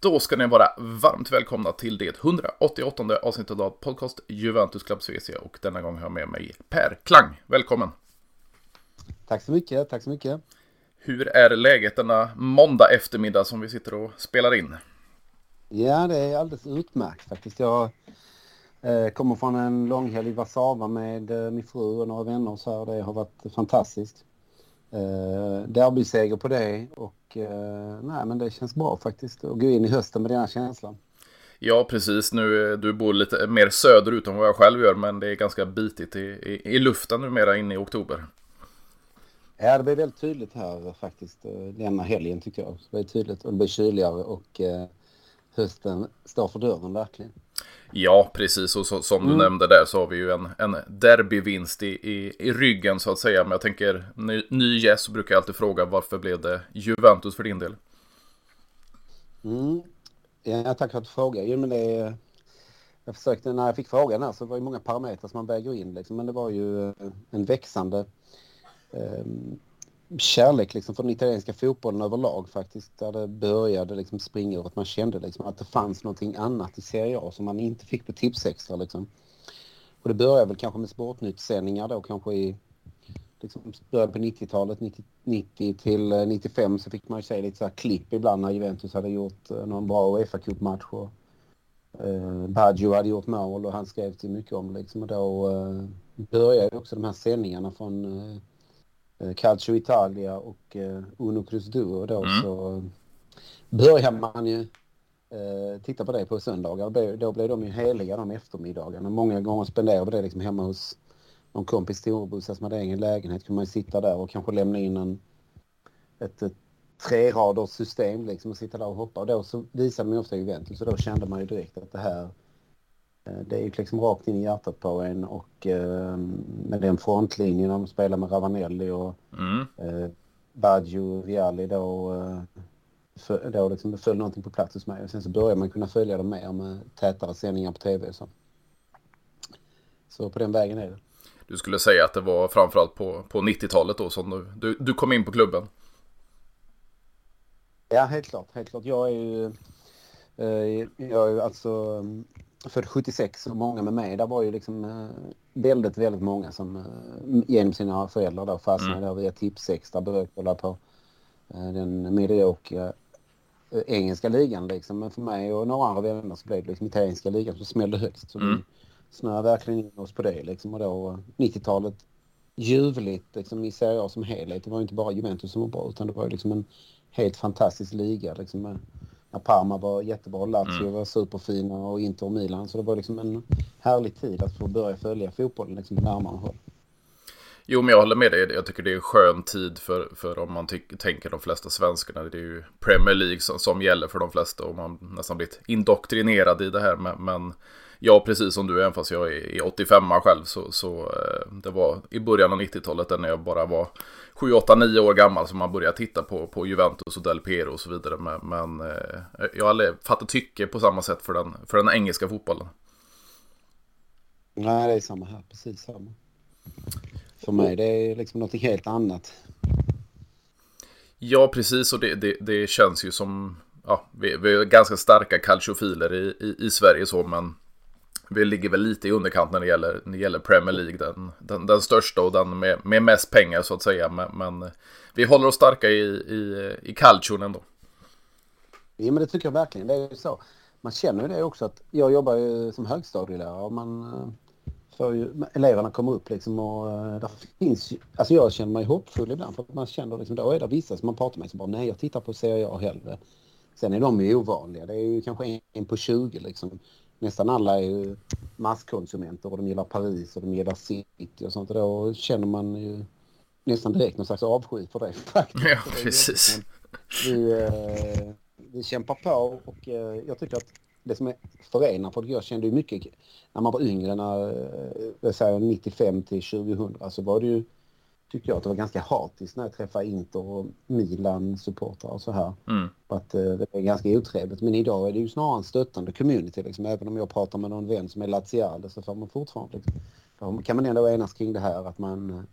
Då ska ni vara varmt välkomna till det 188 avsnittet av podcast Juventus Club Svezia, och denna gång har jag med mig Per Klang. Välkommen! Tack så mycket, tack så mycket. Hur är läget denna måndag eftermiddag som vi sitter och spelar in? Ja, det är alldeles utmärkt faktiskt. Jag kommer från en långhelg i Warszawa med min fru och några vänner så här. Det har varit fantastiskt. Derbyseger på det och nej, men det känns bra faktiskt att gå in i hösten med den här känslan. Ja, precis. Nu, du bor lite mer söderut än vad jag själv gör, men det är ganska bitigt i luften numera inne i oktober. Ja, det blir väldigt tydligt här faktiskt denna helgen tycker jag. Det blir tydligt och det blir kyligare och hösten står för dörren verkligen. Ja, precis. Och som du nämnde där så har vi ju en derbyvinst i ryggen så att säga. Men jag tänker, ny gäst så brukar jag alltid fråga varför blev det Juventus för din del? Ja, tack för att du frågar. Jo, men jag försökte, när jag fick frågan här så var det många parametrar som man väger in. Liksom, men det var ju en växande kärlek liksom, för den italienska fotbollen överlag faktiskt. Där det började liksom, springa ur att man kände liksom, att det fanns någonting annat i Serie A som man inte fick på Tipsextra. Liksom. Och det började väl kanske med Sportnytt-sändningar då kanske i liksom, början på 90-talet, 90 till 95 så fick man ju se lite så här klipp ibland när Juventus hade gjort någon bra UEFA-cupmatch och Baggio hade gjort mål och han skrev till mycket om liksom, och då började också de här sändningarna från Calcio Italia och Uno Cruz Duo då så började man ju titta på det på söndagar. Då blev de ju heliga de eftermiddagarna. Många gånger spenderade det liksom hemma hos någon kompis storbrorsa som hade egen lägenhet. Kunde man ju sitta där och kanske lämna in ett 3-raders system liksom och sitta där och hoppa. Och då så visade man ju ofta Juventus och då kände man ju direkt att det här det är ju liksom rakt in i hjärtat på en och med den frontlinjen de spelar med Ravanelli och Baggio, Vialli då liksom det föll någonting på plats hos mig och sen så börjar man kunna följa dem mer med tätare sändningar på tv så på den vägen är det. Du skulle säga att det var framförallt på 90-talet då som du kom in på klubben? Ja, helt klart. Jag är ju alltså för 76 och många med mig. Där var ju liksom väldigt, väldigt många som genom sina föräldrar då fastnade där via Tipsextra började kolla på den mediokra engelska ligan liksom. Men för mig och några andra vänner så blev det liksom italienska ligan som smällde högst. Så vi snöade verkligen in oss på det liksom. Och då 90-talet ljuvligt liksom, i Serie A som helhet. Det var inte bara Juventus som var bra utan det var liksom en helt fantastisk liga liksom. När Parma var jättebra, Lazio var superfina och Inter och Milan. Så det var liksom en härlig tid att få börja följa fotbollen liksom på närmare håll. Jo, men jag håller med dig. Jag tycker det är en skön tid för om man tänker de flesta svenskarna. Det är ju Premier League som gäller för de flesta och man nästan blivit indoktrinerad i det här. Men jag, precis som du, även fast jag är 85 själv, så det var i början av 90-talet när jag bara var 7, 8, 9 år gammal som man började titta på Juventus och Del Piero och så vidare. Men jag har aldrig fattat tycke på samma sätt för den engelska fotbollen. Nej, det är samma här, precis samma. För mig det är liksom något helt annat. Ja, precis, och det känns ju som vi är ganska starka calciofiler i Sverige så, men vi ligger väl lite i underkant när det gäller Premier League, den största och den med mest pengar så att säga, men vi håller oss starka i calcion ändå. Ja, men det tycker jag verkligen, det är ju så. Man känner ju det också att jag jobbar ju som högstadielärare och för ju, eleverna kommer upp liksom och där finns ju, alltså jag känner mig hoppfull ibland för att man känner liksom, då är det vissa som man pratar med som bara nej, jag tittar på Serie A hellre. Sen är de ju ovanliga, det är ju kanske en på 20 liksom. Nästan alla är ju masskonsumenter och de gillar Paris och de gillar City och sånt och då känner man ju nästan direkt någon slags avsky för det faktiskt. Ja, precis. Vi kämpar på och jag tycker att det som är förenar, för jag kände ju mycket när man var yngre, när 95 till 2000 så var det ju, tyckte jag att det var ganska hatiskt när jag träffade Inter och Milan-supportrar och så här. Och att det var ganska otrevligt. Men idag är det ju snarare en stöttande community. Liksom. Även om jag pratar med någon vän som är laziale så får man fortfarande liksom, kan man ändå enas kring det här att man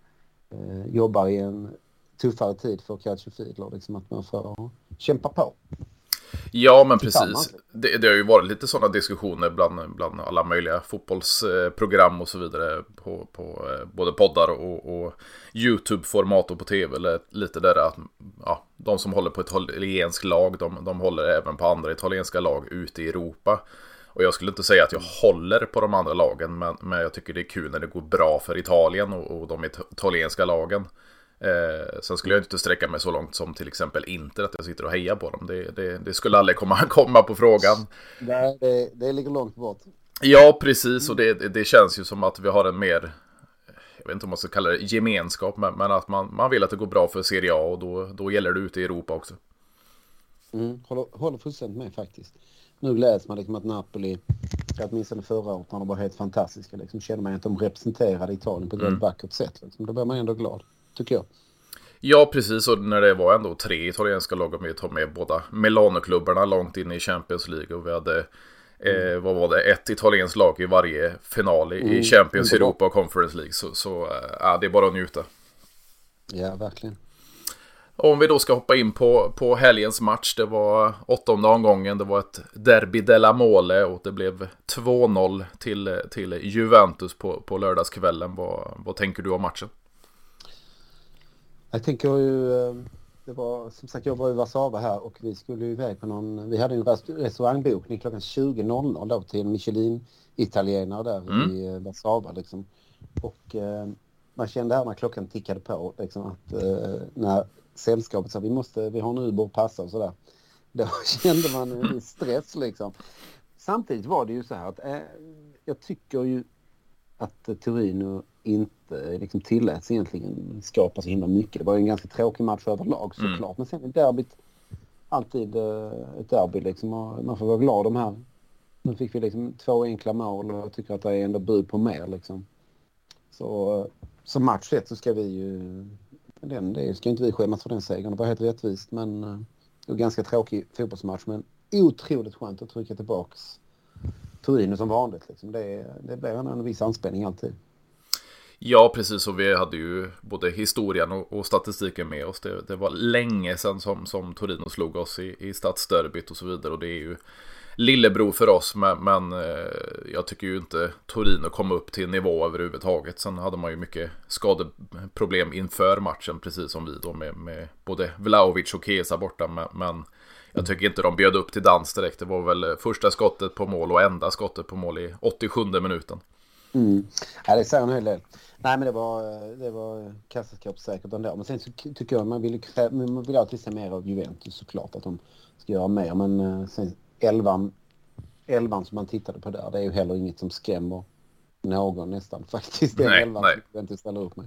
jobbar i en tuffare tid för calciofiler. Liksom, att man får kämpa på. Ja, men precis. Det har ju varit lite sådana diskussioner bland alla möjliga fotbollsprogram och så vidare på både poddar och YouTube-format och på tv. Eller lite där att ja, de som håller på ett italienskt lag, de håller även på andra italienska lag ute i Europa. Och jag skulle inte säga att jag håller på de andra lagen, men jag tycker det är kul när det går bra för Italien och de italienska lagen. Sen skulle jag inte sträcka mig så långt som till exempel Inter, att jag sitter och hejar på dem. Det skulle aldrig komma på frågan. Nej, det ligger långt bort. Ja, precis. Och det känns ju som att vi har en mer, jag vet inte om man ska kalla det gemenskap, men att man vill att det går bra för Serie A, och då gäller det ute i Europa också. Håller fullständigt med faktiskt. Nu gläds man liksom att Napoli, åtminstone förra året, han var helt fantastiska. Liksom, känner man att de representerade Italien på ett väldigt vackert sätt. Liksom. Då blir man ändå glad, tycker jag. Ja, precis. Och när det var ändå 3 italienska lag, och vi tog med båda Milano-klubbarna långt in i Champions League, och vi hade vad var det, ett italienskt lag i varje final i Champions, Europa och Conference League. Så det är bara att njuta. Ja, verkligen. Om vi då ska hoppa in på helgens match, det var 8:e omgången, det var ett derby della Mole, och det blev 2-0 till Juventus på lördagskvällen. Vad tänker du om matchen? Jag tänker ju, det var som sagt, jag var i Warszawa här, och vi skulle ju iväg på vi hade en restaurangbokning klockan 20.00 då till Michelin-italienare där i Warszawa liksom. Och man kände här när klockan tickade på liksom, att när sällskapet sa vi har en Uber och passa och sådär, då kände man en viss stress liksom. Samtidigt var det ju så här att jag tycker ju att Torino inte liksom tilläts egentligen skapa så himla mycket. Det var ju en ganska tråkig match överlag såklart. Men sen är derbyt alltid ett derby liksom. Och man får vara glad om här. Nu fick vi liksom 2 enkla mål, och jag tycker att det är ändå bud på mer liksom. Så som match så ska vi ju ska inte vi skämmas för den segern. Det var helt rättvist, men det var ganska tråkig fotbollsmatch, men otroligt skönt att trycka tillbaks Torino som vanligt liksom. Det blir en viss anspänning alltid. Ja, precis, och vi hade ju både historien och statistiken med oss. Det var länge sedan som Torino slog oss i stadsderbyt och så vidare, och det är ju lillebror för oss, men jag tycker ju inte Torino kom upp till nivå överhuvudtaget. Sen hade man ju mycket skadeproblem inför matchen, precis som vi då med både Vlahovic och Chiesa borta, men jag tycker inte de bjöd upp till dans direkt. Det var väl första skottet på mål och enda skottet på mål i 87:e minuten. Ja, det säger en hel del. Nej, men det var kassaskåpssäkert ändå. Men sen så tycker jag man vill alltid se mer av Juventus, såklart att de ska göra mer. Men sen elvan som man tittade på där, det är ju heller inget som skrämmer någon nästan faktiskt. Det är elvan som Juventus ställer upp med.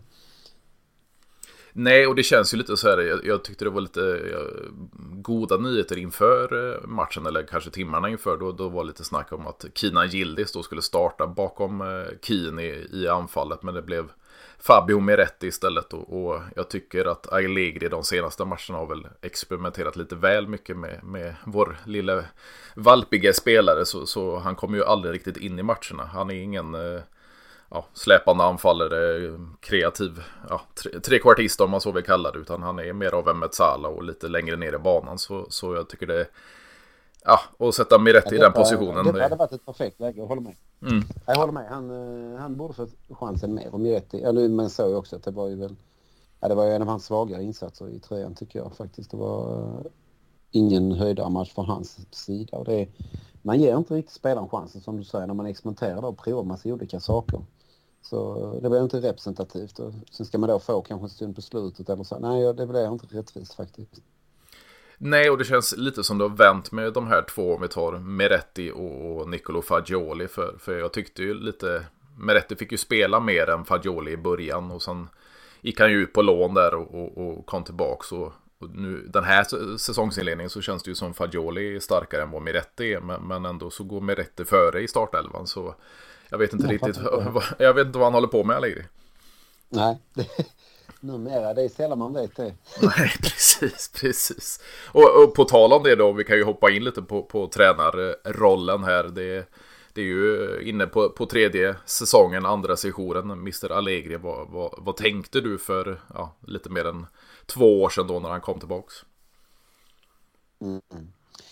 Nej, och det känns ju lite så här, jag tyckte det var lite goda nyheter inför matchen, eller kanske timmarna inför, då var lite snack om att Kenan Yildiz då skulle starta bakom Keane i anfallet, men det blev Fabio Miretti istället, och jag tycker att Allegri de senaste matcherna har väl experimenterat lite väl mycket med vår lilla valpiga spelare, så han kommer ju aldrig riktigt in i matcherna. Han är ingen släpande anfallare, kreativ, trekvartist om man så vill kalla det, utan han är mer av en Mezzala och lite längre ner i banan, så jag tycker det och sätta Miretti i den positionen. Det hade varit ett perfekt läge, jag håller med. Jag håller med, han borde få chansen mer, och Miretti, men så ju också att det var ju en av hans svagare insatser i tröjan, tycker jag faktiskt. Det var ingen höjdarmatch från hans sida, och man ger inte riktigt spelaren chansen, som du säger, när man experimenterar och provar massa olika saker. Så det blir inte representativt, och sen ska man då få kanske en stund på slutet eller så. Nej, det blir inte rättvist faktiskt. Nej, och det känns lite som det har vänt med de här två, om vi tar Miretti och Nicolo Fagioli, för jag tyckte ju lite, Miretti fick ju spela mer än Fagioli i början, och sen gick han ju ut på lån där och kom tillbaka, och nu, den här säsongsinledningen så känns det ju som Fagioli är starkare än vad Miretti är, men ändå så går Miretti före i startelvan, så jag vet inte jag vet inte vad han håller på med, Allegri. Nej, numera, det är sällan man vet det. Nej, precis. Och på tal om det då, vi kan ju hoppa in lite på tränarrollen här. Det är ju inne på tredje säsongen, andra sessionen, Mr. Allegri. Vad tänkte du för lite mer än 2 år sedan då när han kom tillbaks?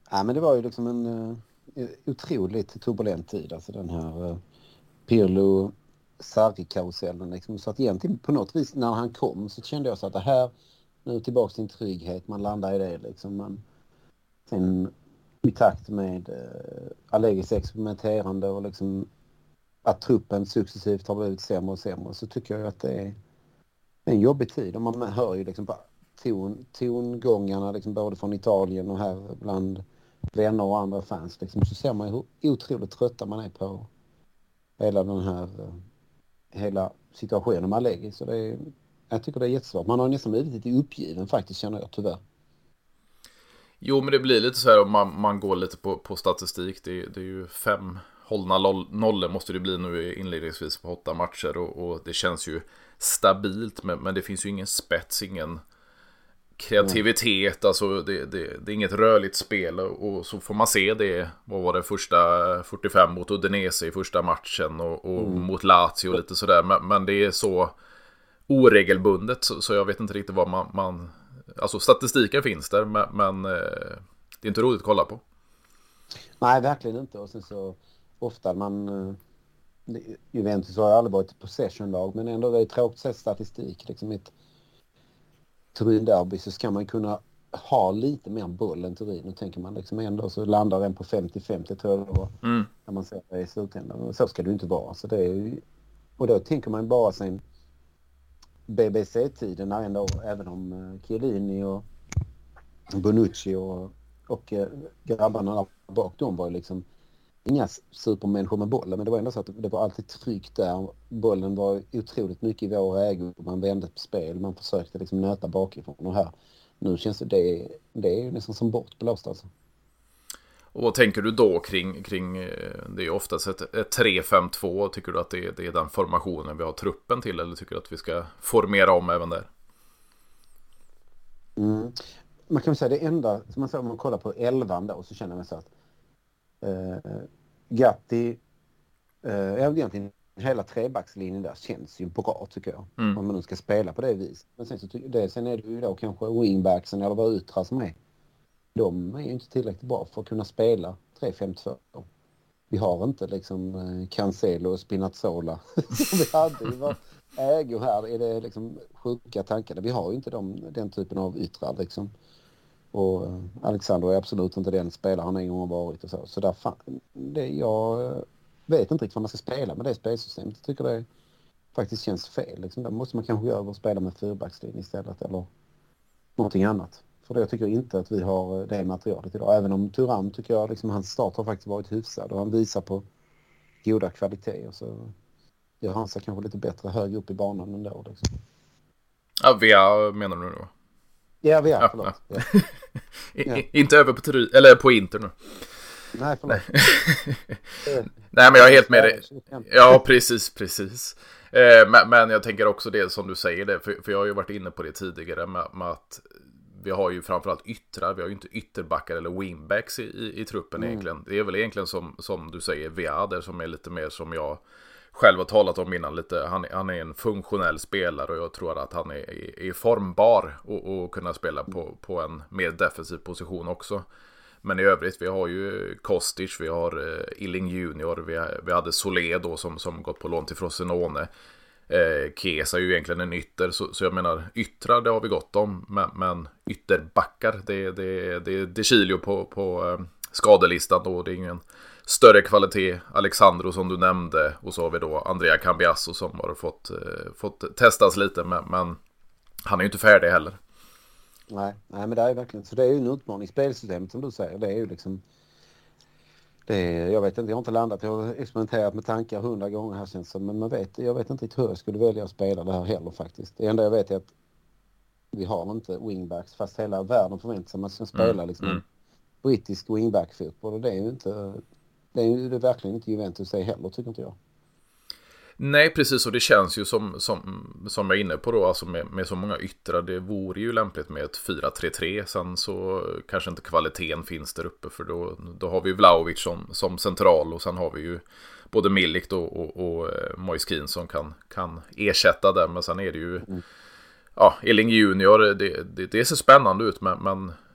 Ja, men det var ju liksom en otroligt turbulent tid. Alltså den här Pirlo Sarri-karusellen. Liksom. Så att egentligen på något vis när han kom så kände jag så att det här, nu tillbaka till en trygghet, man landar i det liksom. Men sen i takt med Allegris experimenterande och liksom att truppen successivt har blivit sämre och sämre, så tycker jag att det är en jobbig tid. Och man hör ju liksom på tongångarna liksom både från Italien och här bland vänner och andra fans liksom, så ser man hur otroligt trötta man är på hela den här hela situationen med Allegri. Så jag tycker det är jättesvårt. Man har nästan blivit lite uppgiven faktiskt, känner jag tyvärr. Jo, men det blir lite så här om man går lite på statistik. Det är ju 5 hållna nollor måste det bli nu inledningsvis på 8 matcher. Och det känns ju stabilt, men det finns ju ingen spets, ingen kreativitet. Alltså det är inget rörligt spel. Och så får man se det, vad var det, första 45 mot Udinese i första matchen och mot Lazio och lite sådär. Men det är så oregelbundet, så jag vet inte riktigt vad man alltså statistiken finns där, men det är inte roligt att kolla på. Nej, verkligen inte. Och sen så ofta Juventus har aldrig varit ett possession-lag, men ändå det är tråkigt sett statistik. Liksom ett Turin-derby så ska man kunna ha lite mer boll än Turin. Och tänker man liksom ändå så landar den på 50-50 tror jag då, när man ser det i slutändan. Och så ska det inte vara. Så det är ju, och då tänker man bara sen BBC-tiden ändå, även om Chiellini och Bonucci och grabbarna bak, de var ju liksom inga supermänniskor med bollen, men det var ändå så att det var alltid tryggt där. Bollen var otroligt mycket i vår ägo. Man vände på spel, man försökte liksom nöta bakifrån. Och här, nu känns det är ju nästan som bortblåst alltså. Och vad tänker du då kring det är oftast ett 3-5-2, tycker du att det är den formationen vi har truppen till, eller tycker du att vi ska formera om även där? Man kan säga det enda, som man säger om man kollar på 11 då, så känner man så att Gatti, egentligen hela trebackslinjen där känns ju bra tycker jag. Om man nu ska spela på det viset. Men sen är det ju då kanske wingbacksen eller vad Utra som är. De är ju inte tillräckligt bra för att kunna spela 3-5-2. Vi har inte liksom Cancelo och Spinazzola som vi hade i vår ägo här. Är det liksom sjuka tankar? Vi har ju inte den typen av yttrar liksom. Och Alexander är absolut inte den spelare han en gång har varit och så. Så jag vet inte riktigt vad man ska spela med det spelsystemet. Jag tycker det faktiskt känns fel. Liksom. Där måste man kanske göra och spela med 4-backslinje istället eller någonting annat. För det jag tycker inte att vi har det materialet idag. Även om Thuram tycker jag liksom, hans start har faktiskt varit hyfsad och han visar på goda kvaliteter. Så gör han sig kanske lite bättre högre upp i banan ändå. Liksom. Ja, Via menar du då? Ja, Via, förlåt. Ja. Ja. Inte över på på Inter nu. Nej, förlåt. Nej, men jag är helt med dig. Ja, precis. Men jag tänker också det som du säger det, för jag har ju varit inne på det tidigare med att vi har ju framförallt yttrar, vi har ju inte ytterbackar eller wingbacks i truppen egentligen. Det är väl egentligen som du säger Viader som är lite mer som jag själv har talat om innan lite. Han är en funktionell spelare och jag tror att han är formbar och kunna spela på en mer defensiv position också. Men i övrigt, vi har ju Kostic, vi har Illing Junior, vi hade Solé då som gått på lån till Frosinone. Chiesa är ju egentligen en ytter, så jag menar yttrar det har vi gott om, men ytterbackar det är De Chilio på skadelistan då, det är ingen större kvalitet. Alexandro som du nämnde, och så har vi då Andrea Cambiasso som har fått testas lite, men han är ju inte färdig heller. Nej, men det är verkligen, så det är ju en utmaning. Spelsystemet som du säger, det är ju liksom jag vet inte, jag har inte landat, jag har experimenterat med tankar 100 gånger här känns som, men jag vet inte hur jag skulle välja att spela det här heller faktiskt. Det enda jag vet är att vi har inte wingbacks, fast hela världen förväntar sig att man ska spela liksom brittisk wingback-fotboll, och det är ju verkligen inte Juventus sig heller, tycker inte jag. Nej, precis, och det känns ju som jag är inne på då, alltså med så många yttrar, det vore ju lämpligt med ett 4-3-3, sen så kanske inte kvaliteten finns där uppe, för då har vi Vlahovic som central, och sen har vi ju både Milik och Moise Kean som kan ersätta där, men sen är det ju Illing Junior, det ser spännande ut, men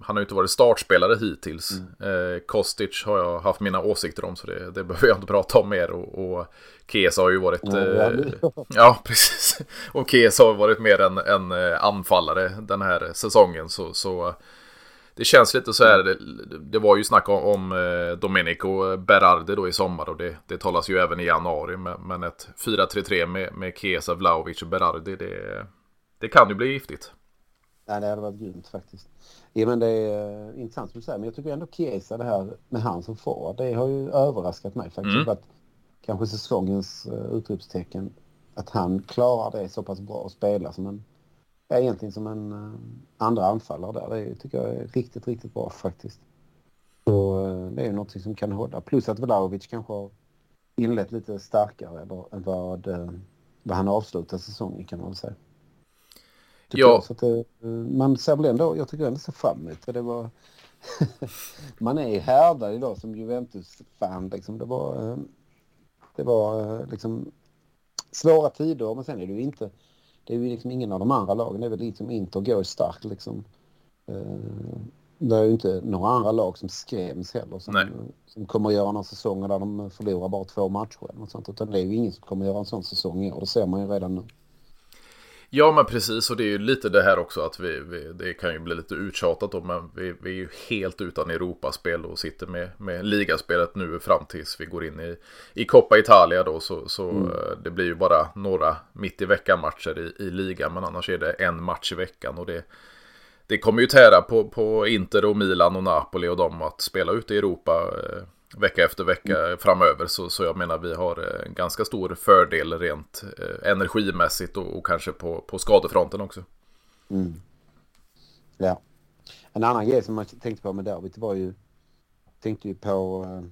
han har ju inte varit startspelare hittills. Kostic har jag haft mina åsikter om, så det behöver jag inte prata om mer. Och Chiesa har ju varit... ja, precis. Och Chiesa har varit mer en anfallare den här säsongen. Så det känns lite så här. Det var ju snack om Domenico Berardi då i sommar, och det talas ju även i januari. Men ett 4-3-3 med Chiesa, Vlahovic och Berardi, det kan ju bli giftigt. Nej, det hade varit grymt faktiskt. Ja, men det är intressant som du säger. Men jag tycker ändå Chiesa, det här med han som forward, det har ju överraskat mig faktiskt. Att kanske säsongens utropstecken, att han klarar det så pass bra att spela som egentligen som en andra anfallare där. Det tycker jag är riktigt, riktigt bra faktiskt. Så det är ju något som kan hålla. Plus att Vlahovic kanske har inlett lite starkare än vad han avslutar säsongen, kan man väl säga. Ja. Så att man ser väl ändå, jag tycker ändå så fram emot. Det var man är härdad idag som Juventus-fan liksom. Det var liksom svåra tider, men sen är det ju inte, det är ju liksom ingen av de andra lagen, det är väl liksom inte att gå starkt liksom. Det är ju inte några andra lag som skräms heller som kommer att göra några säsonger där de förlorar bara 2 matcher eller något sånt, utan det är ju ingen som kommer att göra en sån säsong i år, det ser man ju redan nu. Ja, men precis, och det är ju lite det här också att det kan ju bli lite uttjatat då, men vi är ju helt utan Europaspel och sitter med ligaspelet nu fram tills vi går in i Coppa Italia då, så det blir ju bara några mitt i veckan matcher i ligan, men annars är det en match i veckan, och det kommer ju tära på Inter och Milan och Napoli och dem att spela ut i Europa vecka efter vecka framöver, så jag menar vi har en ganska stor fördel rent energimässigt och kanske på skadefronten också. Ja. En annan grej som man tänkte på med Derbyt var ju, tänkte ju på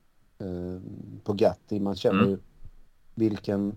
Gatti. Man känner ju vilken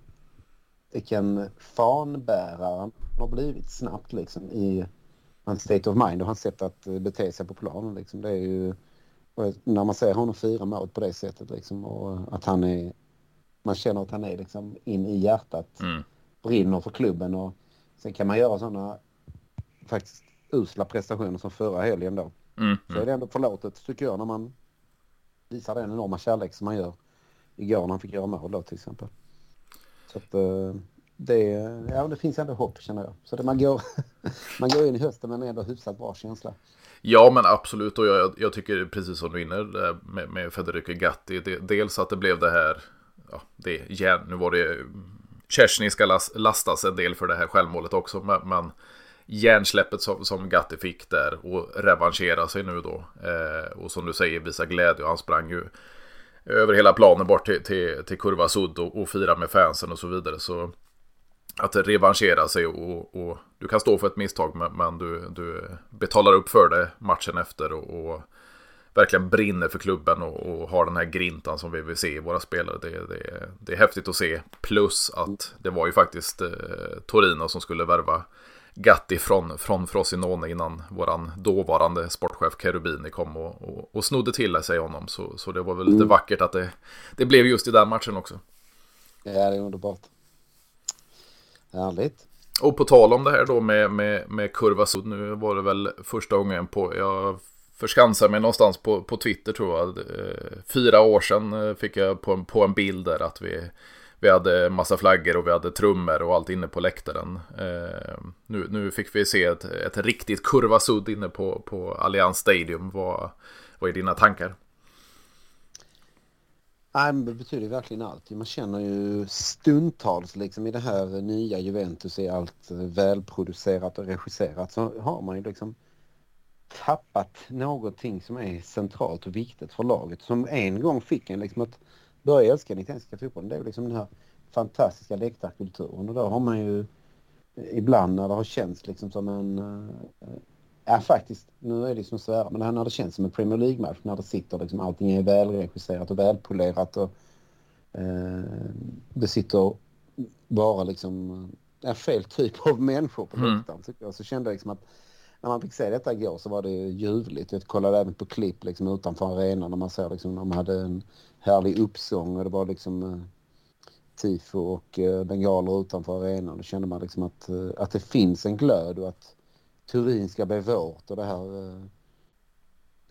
fanbärare han har blivit snabbt liksom i hans state of mind och hans sätt att bete sig på planen liksom. Det är ju, när man ser honom 4 mål på det sättet liksom, och att man känner att han är liksom in i hjärtat, brinner för klubben, och sen kan man göra sådana faktiskt usla prestationer som förra helgen då. Så är det ändå förlåtet tycker jag, när man visar den enorma kärlek som man gör igår när han fick göra mål då till exempel. Så att det finns ändå hopp, känner jag. Så man går in i hösten med en ändå hyfsat bra känsla. Ja, men absolut, och jag tycker precis som du är inne med Federico Gatti, dels att det blev det här, nu var det Szczesny ska lastas en del för det här självmålet också, men hjärnsläppet som Gatti fick där och revanschera sig nu då, och som du säger visa glädje, och han sprang ju över hela planen bort till Curva Sud och fira med fansen och så vidare, så att revanschera sig och du kan stå för ett misstag, men du betalar upp för det matchen efter och verkligen brinner för klubben och har den här grintan som vi vill se i våra spelare. Det är häftigt att se, plus att det var ju faktiskt Torino som skulle värva Gatti från Frosinone innan våran dåvarande sportchef Cherubini kom och snodde till sig honom, så det var väl lite vackert att det blev just i den matchen också. Ja, det är underbart. Härligt. Och på tal om det här då med Curva Sud, nu var det väl första gången jag förskansar mig någonstans på Twitter tror jag, 4 år sedan fick jag på en bild där att vi hade massa flaggor och vi hade trummor och allt inne på läktaren. Nu fick vi se ett riktigt Curva Sud inne på Allianz Stadium. Vad är dina tankar? Det betyder verkligen allt. Man känner ju stundtals liksom i det här nya Juventus är allt välproducerat och regisserat, så har man ju liksom tappat någonting som är centralt och viktigt för laget, som en gång fick en liksom att börja älska den italienska fotbollen. Det är liksom den här fantastiska läktarkulturen, och då har man ju ibland när det har känts liksom som faktiskt, nu är det som svära, men det här när det känns som en Premier League-match, när det sitter liksom, allting är välregisserat och välpolerat och det sitter bara liksom fel typ av människor på läktaren. Så kände jag liksom att när man fick se detta igår så var det ljuvligt. Jag kollade även på klipp liksom utanför arenan när man ser liksom, de hade en härlig uppsång och det var liksom tifo och bengaler utanför arenan. Då kände man liksom att det finns en glöd och att Turin ska bli vårt, och det här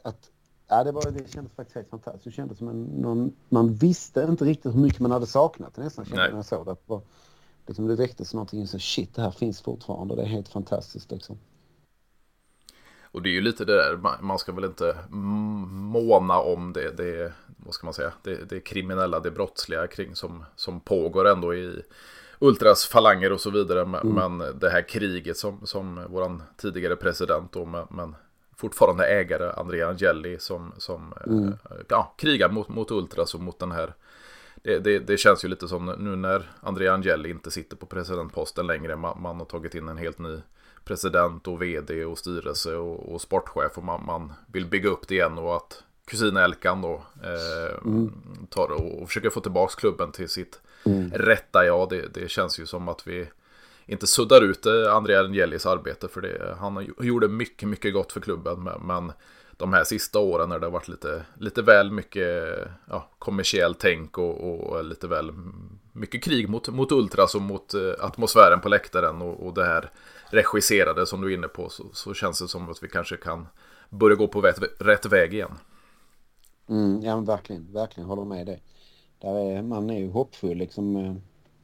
ja, det kändes faktiskt helt fantastiskt. Det kändes som man visste inte riktigt hur mycket man hade saknat. Det nästan kände när jag såg det. Liksom, det väcktes någonting så shit, det här finns fortfarande. Det är helt fantastiskt liksom. Och det är ju lite det där, man ska väl inte måna om det vad ska man säga, det kriminella, det brottsliga kring som pågår ändå i ultras falanger och så vidare. Men det här kriget som våran tidigare president då, men fortfarande ägare Andrea Agnelli som krigar mot ultras och mot den här. Det känns ju lite som nu när Andrea Agnelli inte sitter på presidentposten längre. Man har tagit in en helt ny president och vd och styrelse och sportchef, och man vill bygga upp det igen, och att kusin Elkan då tar och försöker få tillbaka klubben till sitt rätta. Ja, det känns ju som att vi inte suddar ut Andrea Agnellis arbete, för han gjorde mycket, mycket gott för klubben, men de här sista åren när det har varit lite väl mycket kommersiellt tänk och lite väl mycket krig mot ultras och mot atmosfären på läktaren och det här regisserade som du är inne på, så känns det som att vi kanske kan börja gå på rätt väg igen. Ja, men verkligen håller med dig. Man är ju hoppfull liksom.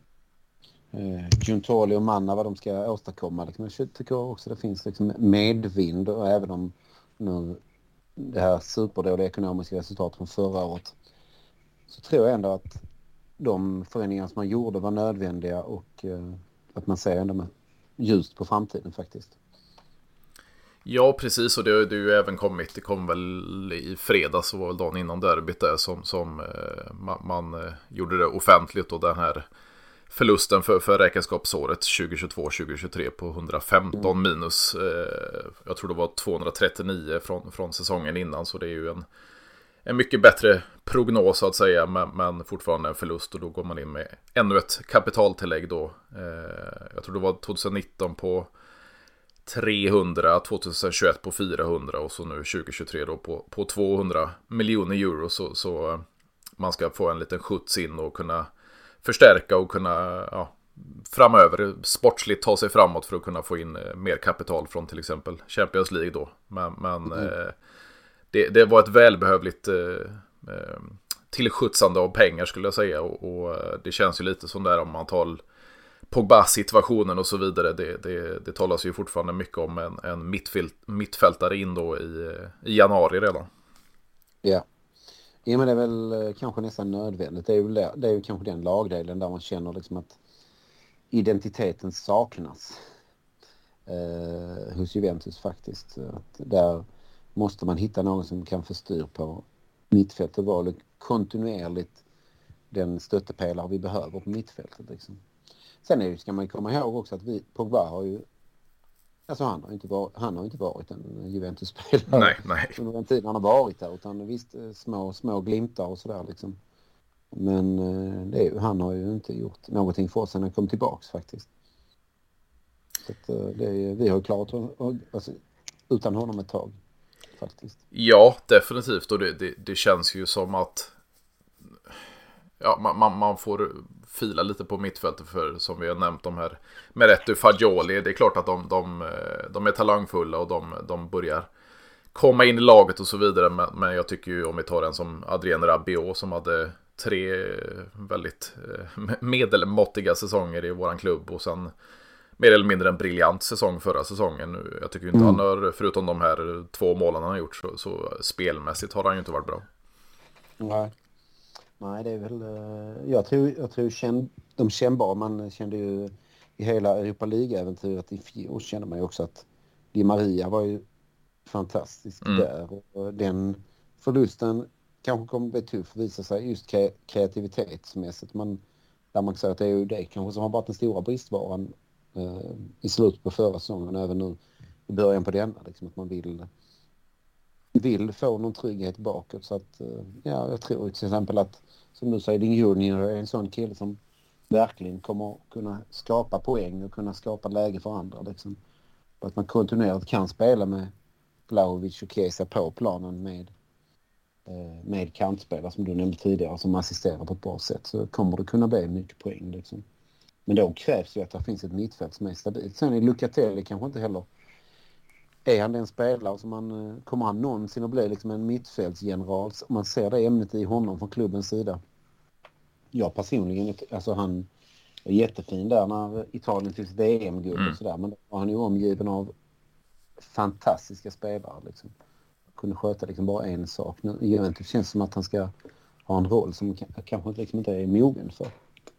Giuntoli och Manna, vad de ska åstadkomma liksom. Jag tycker också det finns liksom medvind, och även om nu det här superdåliga ekonomiska resultatet från förra året, så tror jag ändå att de förändringar som man gjorde var nödvändiga, och att man ser ändå med ljust på framtiden faktiskt. Ja, precis, och det har ju även kommit, det kom väl i fredags, så var väl dagen innan derbyt där som man gjorde det offentligt, och den här förlusten för räkenskapsåret 2022-2023 på 115 minus, jag tror det var 239 från säsongen innan, så det är ju en mycket bättre prognos så att säga, men fortfarande en förlust, och då går man in med ännu ett kapitaltillägg då. Jag tror det var 2019 på 300, 2021 på 400 och så nu 2023 då på 200 miljoner euro, så man ska få en liten skjuts in och kunna förstärka och kunna framöver sportsligt ta sig framåt för att kunna få in mer kapital från till exempel Champions League då. Men det var ett välbehövligt tillskjutsande av pengar skulle jag säga, och det känns ju lite som där om man tar Pogba-situationen och så vidare. Det talas ju fortfarande mycket om en mittfältare in då i januari redan. Ja. Ja, men det är väl kanske nästan nödvändigt. Det är ju kanske den lagdelen där man känner liksom att identiteten saknas hos Juventus faktiskt. Att där måste man hitta någon som kan få styr på mittfältet, var kontinuerligt den stöttepelare vi behöver på mittfältet liksom. Sen ska man komma ihåg också att Pogba har ju, alltså han har inte varit en Juventus-spelare under den tiden han har varit där, utan visst små glimtar och sådär liksom. Men han har ju inte gjort någonting för oss sen han kom tillbaks faktiskt. Så att, vi har klarat alltså, utan honom ett tag faktiskt. Ja, definitivt, och det känns ju som att man får fila lite på mittfältet, för som vi har nämnt de här Meret och Fagioli, det är klart att de är talangfulla och de börjar komma in i laget och så vidare, men jag tycker ju, om vi tar en som Adrien Rabiot som hade 3 väldigt medelmåttiga säsonger i våran klubb, och sen mer eller mindre en briljant säsong förra säsongen. Jag tycker inte han har, förutom de här 2 målen han har gjort, så spelmässigt har han ju inte varit bra. Nej, det är väl... Jag tror de kännbara, man kände ju i hela Europa League-äventyret i fjol, kände man ju också att Di Maria var ju fantastisk där. Och den förlusten kanske kommer bli tuff, visa sig just kreativitetsmässigt. Där man säger att det är ju det kanske som har varit den stora bristvaran i slutet på förra säsongen, även nu i början på denna. Liksom, att man vill få någon trygghet bakåt. Så att, jag tror till exempel att, som du säger, din junior är en sån kille som verkligen kommer kunna skapa poäng och kunna skapa läge för andra. Liksom. Att man kontinuerligt kan spela med Vlahovic och Chiesa på planen med kantspelare som du nämnde tidigare, som assisterar på ett bra sätt, så kommer det kunna bli mycket poäng. Liksom. Men då krävs ju att det finns ett mittfält som är stabilt. Sen är Lucatelli kanske inte heller är han den spelare som kommer han någonsin att bli liksom en mittfältsgeneral? Om man ser det ämnet i honom från klubbens sida. Jag personligen, alltså han är jättefin där när Italien fick VM-guld och sådär. Men då var han ju omgiven av fantastiska spelare liksom. Kunde sköta liksom bara en sak. Nu Juventus känns som att han ska ha en roll som kanske liksom inte är mogen för.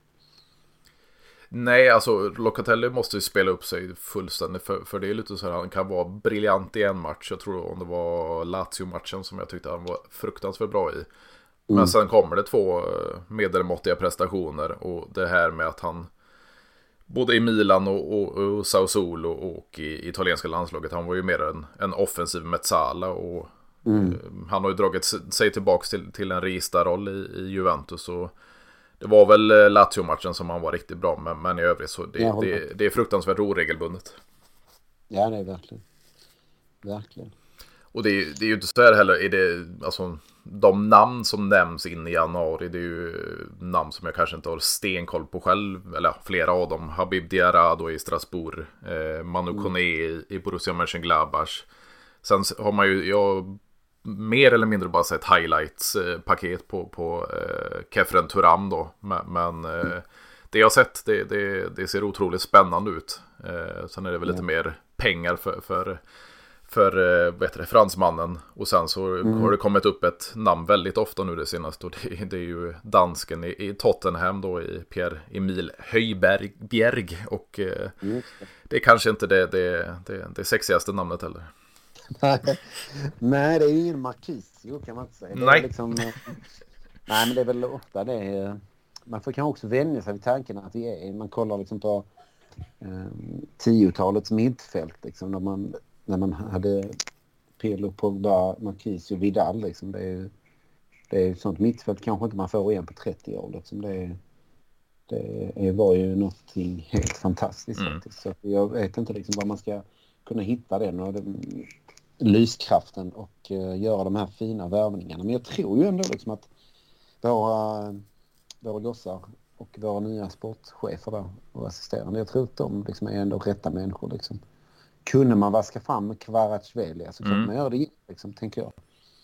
Nej, alltså Locatelli måste ju spela upp sig fullständigt för det är lite så här, han kan vara briljant i en match. Jag tror om det var Lazio-matchen som jag tyckte han var fruktansvärt bra i. Men sen kommer det 2 medelmåttiga prestationer och det här med att han både i Milan och Sassuolo och i italienska landslaget, han var ju mer en offensiv Mezzala och han har ju dragit sig tillbaks till en registerroll i Juventus och det var väl Lazio-matchen som han var riktigt bra men i övrigt så det är fruktansvärt oregelbundet. Ja, det är verkligen. Och det är ju inte så här heller, är det, alltså, de namn som nämns in i januari, det är ju namn som jag kanske inte har stenkoll på själv, eller flera av dem. Habib Diarra i Strasbourg, Manu Koné i Borussia Mönchengladbach. Sen har man ju, jag mer eller mindre bara sett highlights-paket på Kefren Turam då, men det jag har sett, det ser otroligt spännande ut. Sen är det väl lite mer pengar för fransmannen och sen så har det kommit upp ett namn väldigt ofta nu det senaste och det är ju dansken i Tottenham då i Pierre-Emil Højbjerg och det är kanske inte det sexigaste namnet heller. Nej, det är ju ingen Marquisio kan man inte säga. Nej. Liksom, nej, men det är väl ofta det. Man får kanske också vänja sig vid tanken att man kollar liksom på 10-talets mittfält liksom, när man hade Pirlo, Pogba, Marquisio, Vidal liksom. Det är sånt mittfält kanske inte man får igen på 30 år liksom. Det var ju någonting helt fantastiskt faktiskt. Så jag vet inte liksom var man ska kunna hitta lyskraften och göra de här fina värvningarna. Men jag tror ju ändå liksom att våra gossar och våra nya sportchefer där och assisterande, jag tror att de liksom är ändå rätta människor liksom. Kunde man vaska fram Kvaratskhelia så kan man göra det liksom, tänker jag.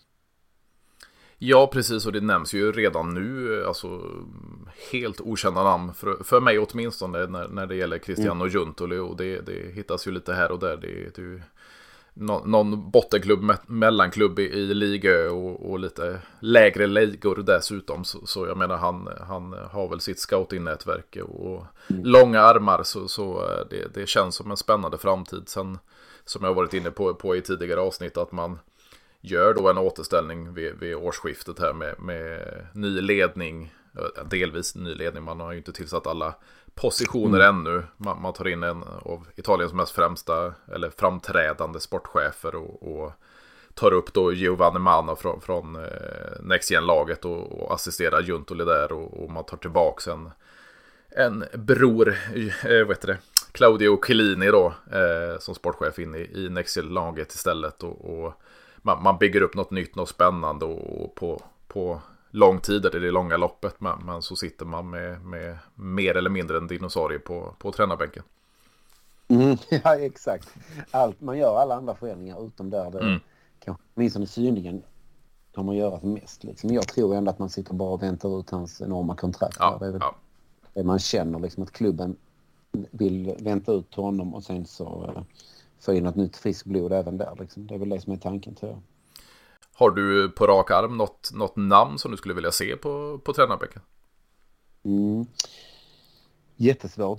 Ja, precis, och det nämns ju redan nu alltså helt okända namn för mig åtminstone när det gäller Cristiano Giuntoli och det hittas ju lite här och där. Det är ju någon bottenklubb, mellanklubb i liga och lite lägre ligor dessutom. Så jag menar han har väl sitt scouting-nätverk och långa armar så det känns som en spännande framtid. Sen som jag har varit inne på i tidigare avsnitt att man gör då en återställning vid årsskiftet här med ny ledning, delvis ny ledning, man har ju inte tillsatt alla positioner ännu, man tar in en av Italiens mest framträdande sportchefer och tar upp då Giovanni Manno från Next Gen-laget och assisterar Giuntoli där och man tar tillbaks en bror, Claudio Chiellini då som sportchef in i Next Gen-laget istället och man bygger upp något nytt, något spännande och på lång tid är det långa loppet men så sitter man med mer eller mindre en dinosaurie på tränarbänken. Ja, exakt. Man gör alla andra förändringar utom där det kanske minst i synligen kommer att göra mest. Liksom. Jag tror ändå att man sitter bara och väntar ut hans enorma kontrakt. Ja, det är väl det man känner liksom, att klubben vill vänta ut honom och sen så få in ett nytt friskt blod även där. Liksom. Det är väl det som är tanken, tror jag. Har du på rak arm något namn som du skulle vilja se på tränarbänken? Jättesvårt.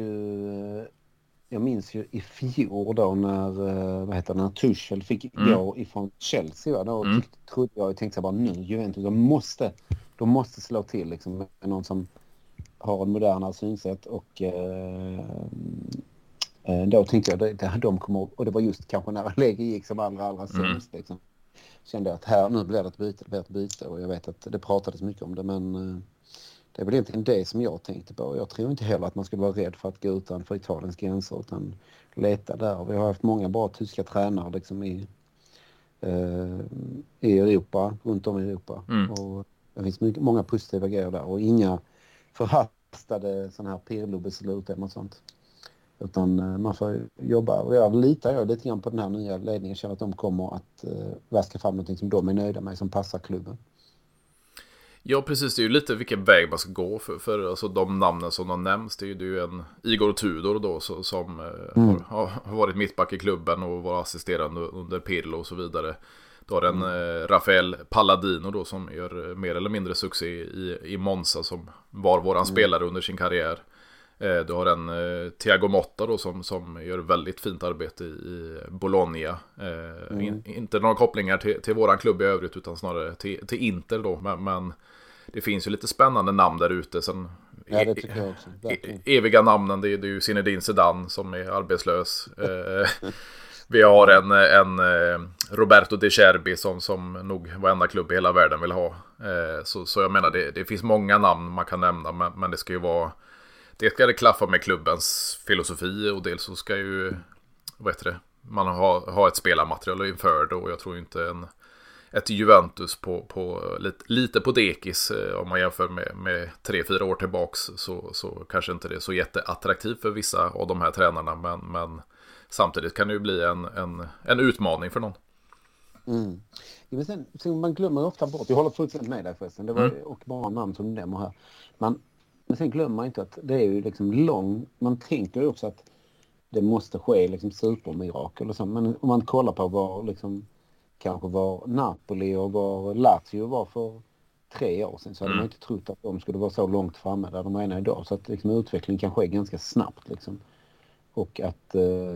Jag minns ju i fjol då när Tuchel fick gå ifrån Chelsea. Då trodde jag tänkte bara nu Juventus, de måste slå till liksom, med någon som har en modernare synsätt och då tänkte jag att de kommer, och det var just kanske när läget gick som allra sämst liksom. Kände att här nu blir det ett byte och jag vet att det pratades mycket om det men det är väl egentligen det som jag tänkte på. Jag tror inte heller att man ska vara rädd för att gå utanför Italiens gränser utan leta där. Vi har haft många bra tyska tränare liksom i Europa, runt om i Europa och det finns många positiva grejer där och inga förhastade sådana här Pirlo-beslut eller något sånt. Utan man får jobba. Och jag litar lite grann på den här nya ledningen. Jag känner att de kommer att vaska fram någonting som de är nöjda med, som passar klubben. Ja, precis. Det är ju lite vilken väg man ska gå för alltså, de namnen som de nämns. Det är ju en Igor Tudor då som har varit mittback i klubben och var assisterande under Pirlo och så vidare. Då har en Rafael Palladino då som gör mer eller mindre succé i Monza, som var våran spelare under sin karriär. Du har en Thiago Motta då som gör väldigt fint arbete i Bologna. Inte några kopplingar till våran klubb i övrigt, utan snarare till Inter då. Men det finns ju lite spännande namn där ute. Sen, ja, det tycker jag också. Eviga namnen, det är ju Zinedine Zidane som är arbetslös. Vi har en Roberto De Cherbi som nog varenda klubb i hela världen vill ha. Så jag menar, det finns många namn man kan nämna, men det ska ju vara... Det ska det klaffa med klubbens filosofi, och dels så ska ju man ha ett spelarmaterial inför det, och jag tror inte ett Juventus på lite på dekis om man jämför med 3-4 år tillbaks, så kanske inte det är så jätteattraktivt för vissa av de här tränarna, men samtidigt kan det ju bli en utmaning för någon. Ja, men sen man glömmer ofta bort, jag håller fullständigt med dig förresten, det var och bara namn som du nämner här. Men sen glömmer man inte att det är ju liksom man tänker ju också att det måste ske liksom supermirakel och så. Men om man kollar på kanske var Napoli och var Lazio var för 3 år sedan, så hade man inte trott att de skulle vara så långt framme där de är idag. Så att liksom utveckling kan ske ganska snabbt liksom. Och att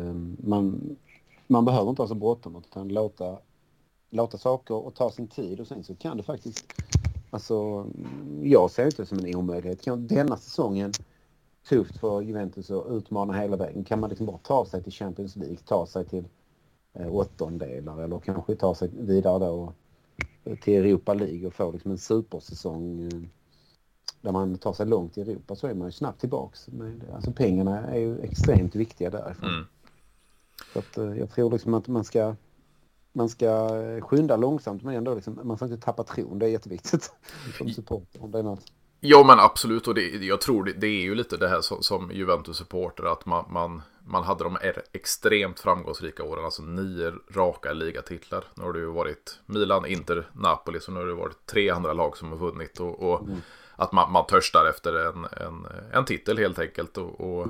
man behöver inte ha så bråttom, utan låta saker och ta sin tid, och sen så kan det faktiskt, alltså jag ser inte som en omöjlighet. Kan denna säsongen tufft för Juventus att utmana hela vägen, kan man liksom bara ta sig till Champions League, ta sig till åttondelar, eller kanske ta sig vidare då till Europa League och få liksom en supersäsong där man tar sig långt i Europa, så är man ju snabbt tillbaks. Men alltså pengarna är ju extremt viktiga därifrån. Så att jag tror liksom att man ska skynda långsamt, men ändå liksom, man får inte tappa tron. Det är jätteviktigt som support, om det är något. Ja, men absolut, och jag tror det är ju lite det här som Juventus-supporter, att man hade de extremt framgångsrika åren, alltså 9 raka ligatitlar. Nu har det ju varit Milan, Inter, Napoli, så nu har det varit 3 andra lag som har vunnit, och att man törstar efter en titel helt enkelt, och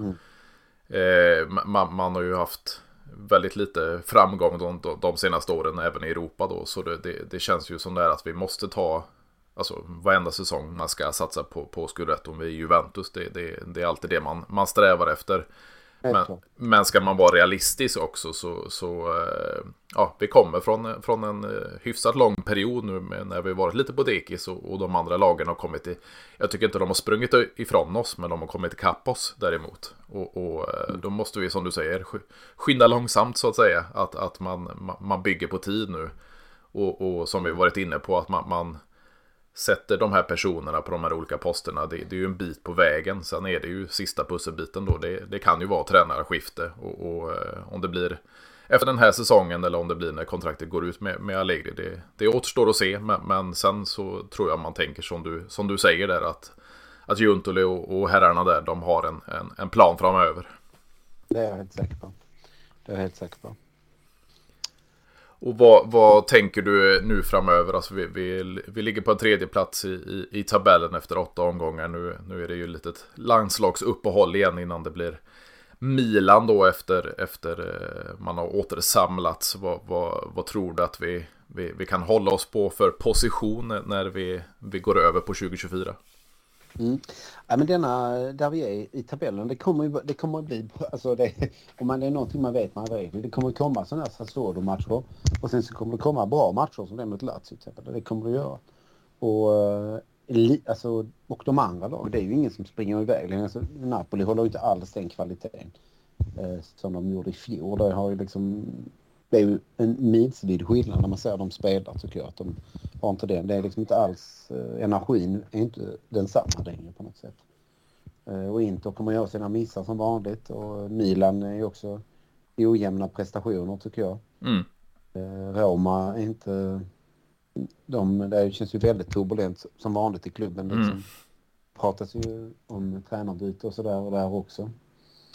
man har ju haft väldigt lite framgång de senaste åren även i Europa då, så det känns ju som det är att vi måste ta, alltså varenda säsong man ska satsa på Scudetto. Vi är Juventus, det är alltid det man strävar efter. Men ska man vara realistisk också, så vi kommer från en hyfsat lång period nu när vi varit lite på dekis, och de andra lagen har kommit jag tycker inte de har sprungit ifrån oss, men de har kommit ikapp oss däremot, och då måste vi, som du säger, skynda långsamt så att säga, att man bygger på tid nu, och som vi varit inne på, att man sätter de här personerna på de här olika posterna. Det är ju en bit på vägen. Sen är det ju sista pusselbiten då. Det kan ju vara tränarskifte, och om det blir efter den här säsongen, eller om det blir när kontraktet går ut med Allegri, det återstår att se. Men sen så tror jag man tänker som du säger där, att Giuntoli och herrarna där, de har en plan framöver. Det är jag helt säker på. Och vad tänker du nu framöver? Alltså vi ligger på en 3:e plats i tabellen efter 8 omgångar. Nu är det ju lite ett landslagsuppehåll igen innan det blir Milan då efter man har återsamlats. Vad tror du att vi kan hålla oss på för position när vi går över på 2024? Ja, men där vi är i tabellen, det kommer att bli, alltså om det är någonting man vet, det kommer att komma sådana här Sassuolo-matcher, och sen så kommer det komma bra matcher som det mot Lazio, det kommer det göra. Och de andra lag, det är ju ingen som springer iväg. Alltså, Napoli håller ju inte alls den kvaliteten som de gjorde i fjol. Det är ju en milsvid skillnad när man ser dem spela, tycker jag, att de har inte det. Det är liksom inte alls, energin är inte densamma längre på något sätt. Och Inter kommer göra sina missar som vanligt, och Milan är ju också ojämna prestationer, tycker jag. Roma är inte, det känns ju väldigt turbulent som vanligt i klubben. Liksom. Pratas ju om tränarbyte och sådär och där också.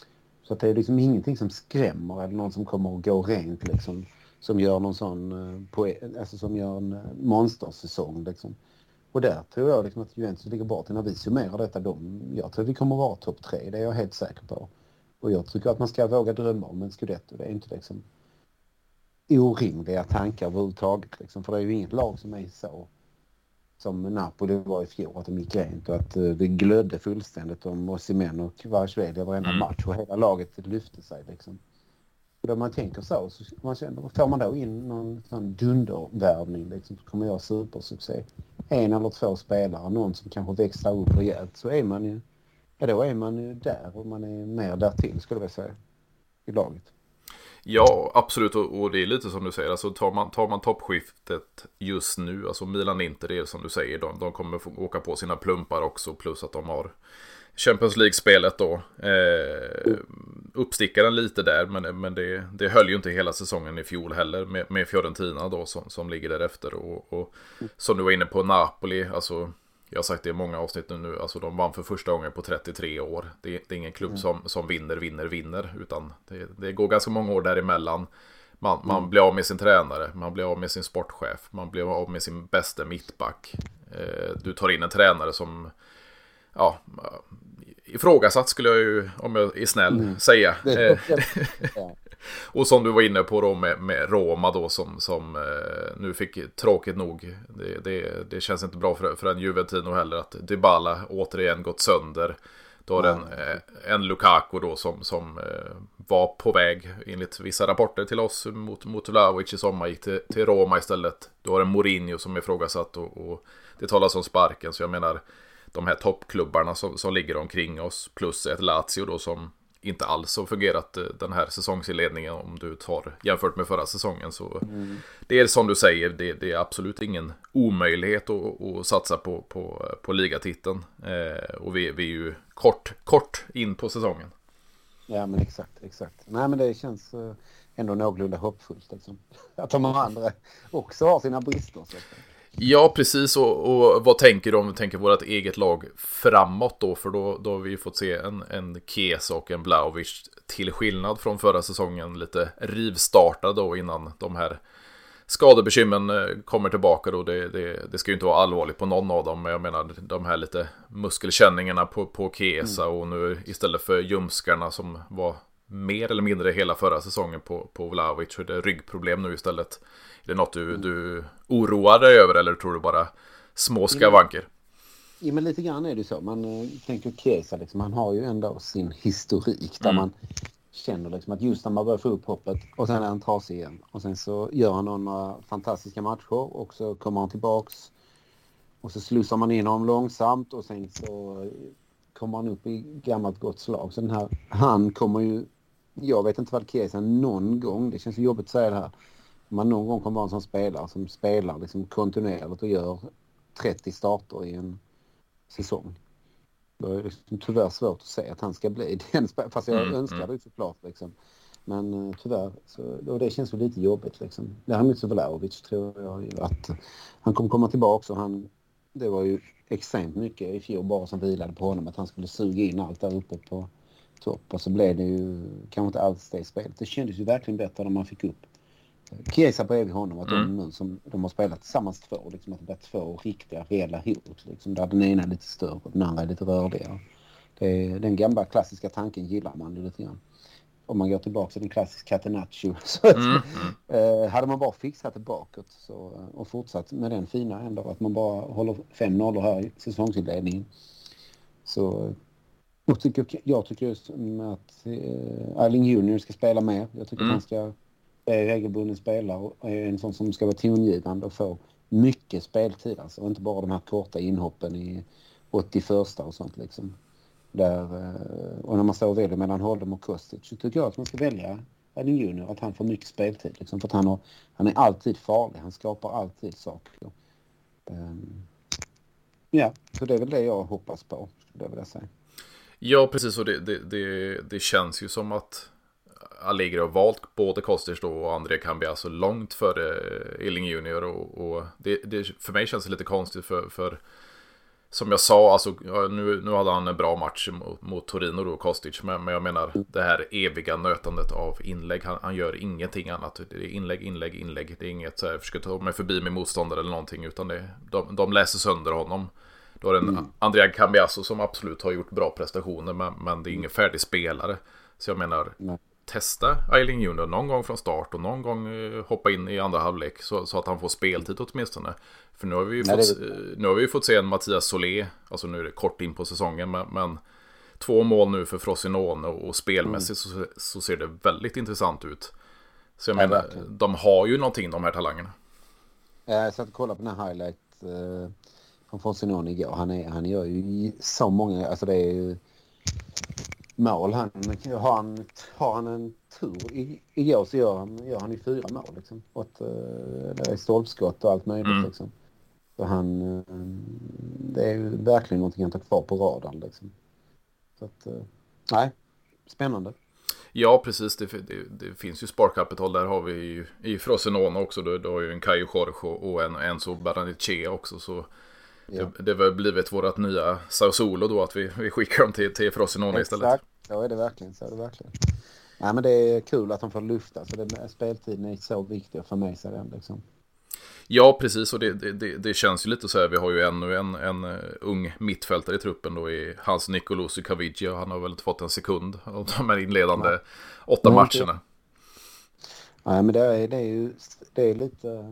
Så att det är liksom ingenting som skrämmer eller någon som kommer att gå rent liksom. Som gör någon sån, alltså som gör en monstersäsong liksom. Och där tror jag liksom att Juventus ligger bra till när vi summerar detta. Jag tror vi kommer att vara topp 3, det är jag helt säker på. Och jag tycker att man ska våga drömma om en scudetto. Det är inte liksom orimliga tankar överhuvudtaget liksom. För det är ju inget lag som är så som Napoli var i fjol, att de gick rent och att det glödde fullständigt om Osimhen och Kvaratskhelia varenda match och hela laget lyfte sig liksom. Och då man tänker så får man då in någon sån dundervärvning liksom, så kommer jag supersuccé. En eller två spelare, någon som kanske växlar upp rejält, så är man ju, ja då är man ju där och man är mer där till skulle jag säga i laget. Ja, absolut, och det är lite som du säger, alltså tar man toppskiftet just nu, alltså Milan-Inter, det är som du säger, de kommer få åka på sina plumpar också, plus att de har Champions League-spelet då. Uppstickaren lite där, men det höll ju inte hela säsongen i fjol heller med Fiorentina då som ligger därefter. Och som du var inne på, Napoli, alltså jag har sagt det i många avsnitt nu, alltså de vann för första gången på 33 år. Det är ingen klubb som vinner, utan det går ganska många år däremellan. Man blir av med sin tränare, man blir av med sin sportchef, man blir av med sin bästa mittback. Du tar in en tränare som, ja, ifrågasatt skulle jag ju, om jag är snäll, säga. Och som du var inne på då med Roma då som nu fick tråkigt nog, det känns inte bra för en Juventino heller att Dybala återigen gått sönder. Då har en Lukaku då som var på väg enligt vissa rapporter till oss mot Vlahovic i sommar, gick till Roma istället. Då har en Mourinho som är ifrågasatt och det talas om sparken, så jag menar de här toppklubbarna som ligger omkring oss, plus ett Lazio då som inte alls har fungerat den här säsongsinledningen om du tar jämfört med förra säsongen, så det är som du säger, det är absolut ingen omöjlighet att satsa på ligatiteln, och vi är ju kort in på säsongen. Ja, men exakt. Nej, men det känns ändå någorlunda hoppfullt liksom. Att de andra också har sina brister så. Ja, precis. Och vad tänker du om vi tänker vårt eget lag framåt då? För då har vi ju fått se en Chiesa och en Vlahovic till skillnad från förra säsongen lite rivstartad då innan de här skadebekymren kommer tillbaka då. Det ska ju inte vara allvarligt på någon av dem, men jag menar de här lite muskelkänningarna på Chiesa och nu istället för ljumskarna som var mer eller mindre hela förra säsongen på Vlahovic, så är det ryggproblem nu istället. Är det något du oroar dig över, eller tror du bara små skavanker? Ja, men lite grann är det så. Man tänker Chiesa, liksom, han har ju ändå sin historik där man känner liksom att just när man börjar få upp hoppet och sen är han trasig igen. Och sen så gör han några fantastiska matcher och så kommer han tillbaks och så slussar man in honom långsamt och sen så kommer han upp i gammalt gott slag. Så han kommer ju, jag vet inte vad Chiesa någon gång, det känns jobbigt att säga det här, man någon gång kommer vara en sån spelare som spelar liksom kontinuerligt och gör 30 starter i en säsong. Då är det liksom tyvärr svårt att säga att han ska bli den spelaren, fast jag önskar det såklart liksom. Men tyvärr, och det känns ju lite jobbigt liksom. Däremot så Vlahovic tror jag ju att han kommer komma tillbaka, och det var ju extremt mycket i fjol bara som vilade på honom, att han skulle suga in allt där uppe på topp, och så blev det ju kanske inte alls det spelet. Det kändes ju verkligen bättre när man fick upp Chiesa bredvid honom, att de nu som de har spelat tillsammans två, liksom att det blir två riktiga reella hot liksom, där den ena är lite större och den andra är lite rörligare. Den gamla klassiska tanken gillar man lite grann. Om man går tillbaka till den klassiska Catenaccio, så hade man bara fixat det bakåt och fortsatt med den fina ändå, att man bara håller 5-0 här i säsongsinledningen, så jag tycker just att Erling Junior ska spela mer. Jag tycker att han ska regelbunden spelare och är en sån som ska vara tongivande och få mycket speltid, alltså, och inte bara de här korta inhoppen i 81 och sånt liksom. Och när man står och väljer mellan Holm och Kostic, så tycker jag att man ska välja Erling Junior, att han får mycket speltid liksom, för att han är alltid farlig, han skapar alltid saker. Ja, så det är väl det jag hoppas på, skulle jag vilja säga. Ja, precis, och det känns ju som att Allegri har valt både Kostic då och André Cambiasso långt före Erling Junior, och det för mig känns det lite konstigt för som jag sa, alltså, nu hade han en bra match mot Torino då, Kostic, men jag menar det här eviga nötandet av inlägg, han gör ingenting annat. Det är inlägg. Det är inget så här, försöker ta mig förbi min motståndare eller någonting, utan de läser sönder honom. Då är det en Andrea Cambiasso som absolut har gjort bra prestationer, men det är ingen färdig spelare. Så jag menar, testa Ayling Junior någon gång från start och någon gång hoppa in i andra halvlek så att han får speltid åtminstone. För nu har vi ju fått se en Mattias Solé, alltså nu är det kort in på säsongen, men 2 mål nu för Frosinone och spelmässigt så ser det väldigt intressant ut. Så jag menar, de har ju någonting, de här talangerna. Jag satt och kollade på den här highlight från Frosinone igår. Han gör ju så många, alltså det är ju mål. Har han en tur igår så gör han ju 4 mål liksom. Och det är stolpskott och allt möjligt liksom. Så det är ju verkligen någonting han tar kvar på radarn liksom. Så att, nej, spännande. Ja, precis. Det finns ju sparkapital. Där har vi ju i Frosinone också. Då har ju en Caio Jorge och en Enzo Barnechea också. Så det har blivit vårt nya Sassuolo då, att vi skickar dem till Frosinone istället. Exakt, så är det verkligen. Nej, men det är kul att de får lufta. Så speltiden är så viktig för mig. Så den, liksom. Ja, precis, och det känns ju lite så här. Vi har ju ännu en ung mittfältare i truppen då, i Hans Nicolosi Caviglia. Han har väl inte fått en sekund av de här inledande 8 matcherna. Nej, men det är lite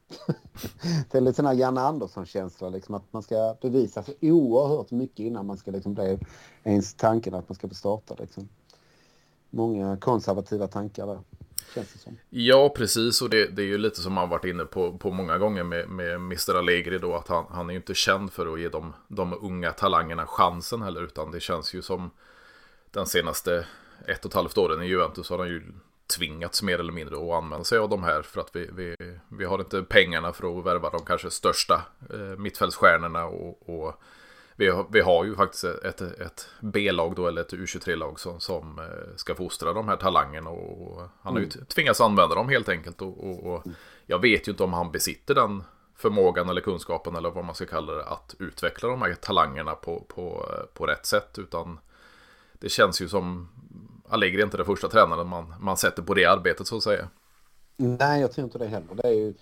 det är lite sån här Janne Andersson-känsla liksom, att man ska bevisa så oerhört mycket innan man ska liksom bli ens tanken att man ska få starta liksom. Många konservativa tankar där. Känns det som. Ja, precis, och det är ju lite som man varit inne på många gånger med Mr. Allegri då, att han är ju inte känd för att ge de unga talangerna chansen heller, utan det känns ju som den senaste 1,5 åren i Juventus har han ju tvingats mer eller mindre att använda sig av de här, för att vi har inte pengarna för att värva de kanske största mittfältsstjärnorna, och vi har ju faktiskt ett B-lag då, eller ett U23-lag som ska fostra de här talangerna, och han har ju tvingats använda dem helt enkelt, och jag vet ju inte om han besitter den förmågan eller kunskapen eller vad man ska kalla det, att utveckla de här talangerna på rätt sätt, utan det känns ju som Allegri är inte den första tränaren man sätter på det arbetet, så att säga. Nej, jag tror inte det heller. Det är ju,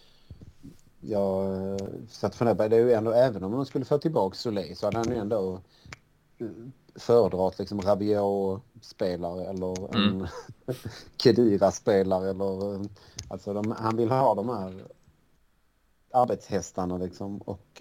jag satt för det är ju ändå, även om man skulle få tillbaka Solé så hade han ju ändå föredragit liksom Rabiot-spelare eller en Kedira-spelare, eller alltså han vill ha de här arbetshästarna liksom, och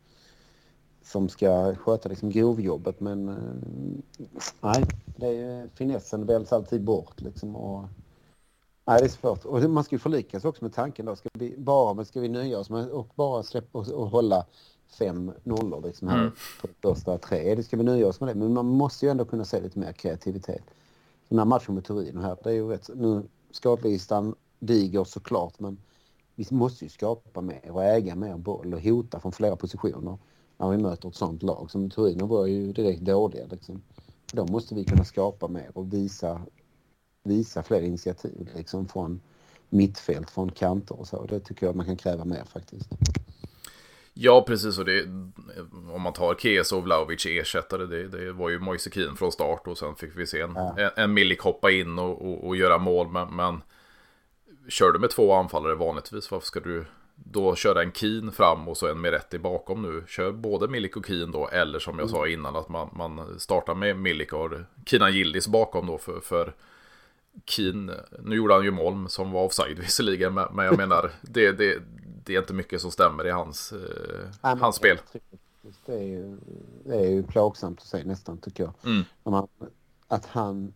som ska sköta liksom grovjobbet, men nej, det är finessen väljs alltid bort liksom, och nej, det är svårt, och man ska ju förlikas också med tanken då, ska vi nöja oss med och bara släppa och hålla 5-0 liksom här på de första 3, det ska vi nöja oss med det, men man måste ju ändå kunna se lite mer kreativitet. Den här matchen med Torino här, det är ju rätt, nu skadlistan diger såklart, men vi måste ju skapa mer och äga mer boll och hota från flera positioner när vi möter ett sånt lag. Som Torino var ju direkt dåliga liksom. Då måste vi kunna skapa mer och visa fler initiativ liksom, från mittfält, från kanter och så. Det tycker jag man kan kräva mer faktiskt. Ja, precis, och om man tar Chiesa och Vlahovic ersättare, det var ju Moise Kean från start, och sen fick vi se en Milik hoppa in och göra mål, men kör du med 2 anfallare vanligtvis, varför ska du då köra en Kean fram och så en Meretti bakom nu? Kör både Milik och Kean då, eller som jag sa innan, att man startar med Milik och Kenan Yildiz bakom då, för Kean, nu gjorde han ju mål som var offside visserligen, men jag menar det är inte mycket som stämmer i hans spel. Det är ju plågsamt att säga nästan, tycker jag. Att han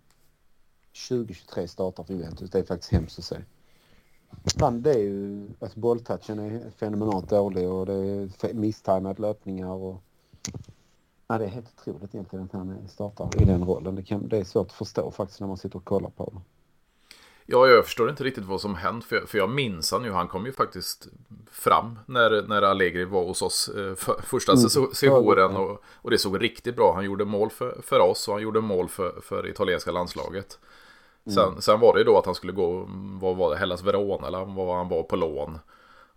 2023 startar för Juventus, det är faktiskt hemskt att säga. Det är ju, alltså bolltouchen är fenomenalt dålig, och det är misstajmade löpningar, och det är helt otroligt egentligen att han startar i den rollen. Det är svårt att förstå faktiskt när man sitter och kollar på det. Ja, jag förstår inte riktigt vad som hänt, för jag minns han kom ju faktiskt fram när Allegri var hos oss första säsongen, och det såg riktigt bra. Han gjorde mål för oss, och han gjorde mål för italienska landslaget. Sen var det ju då att han skulle gå, vad var det, Hellas Verona, eller han var på lån.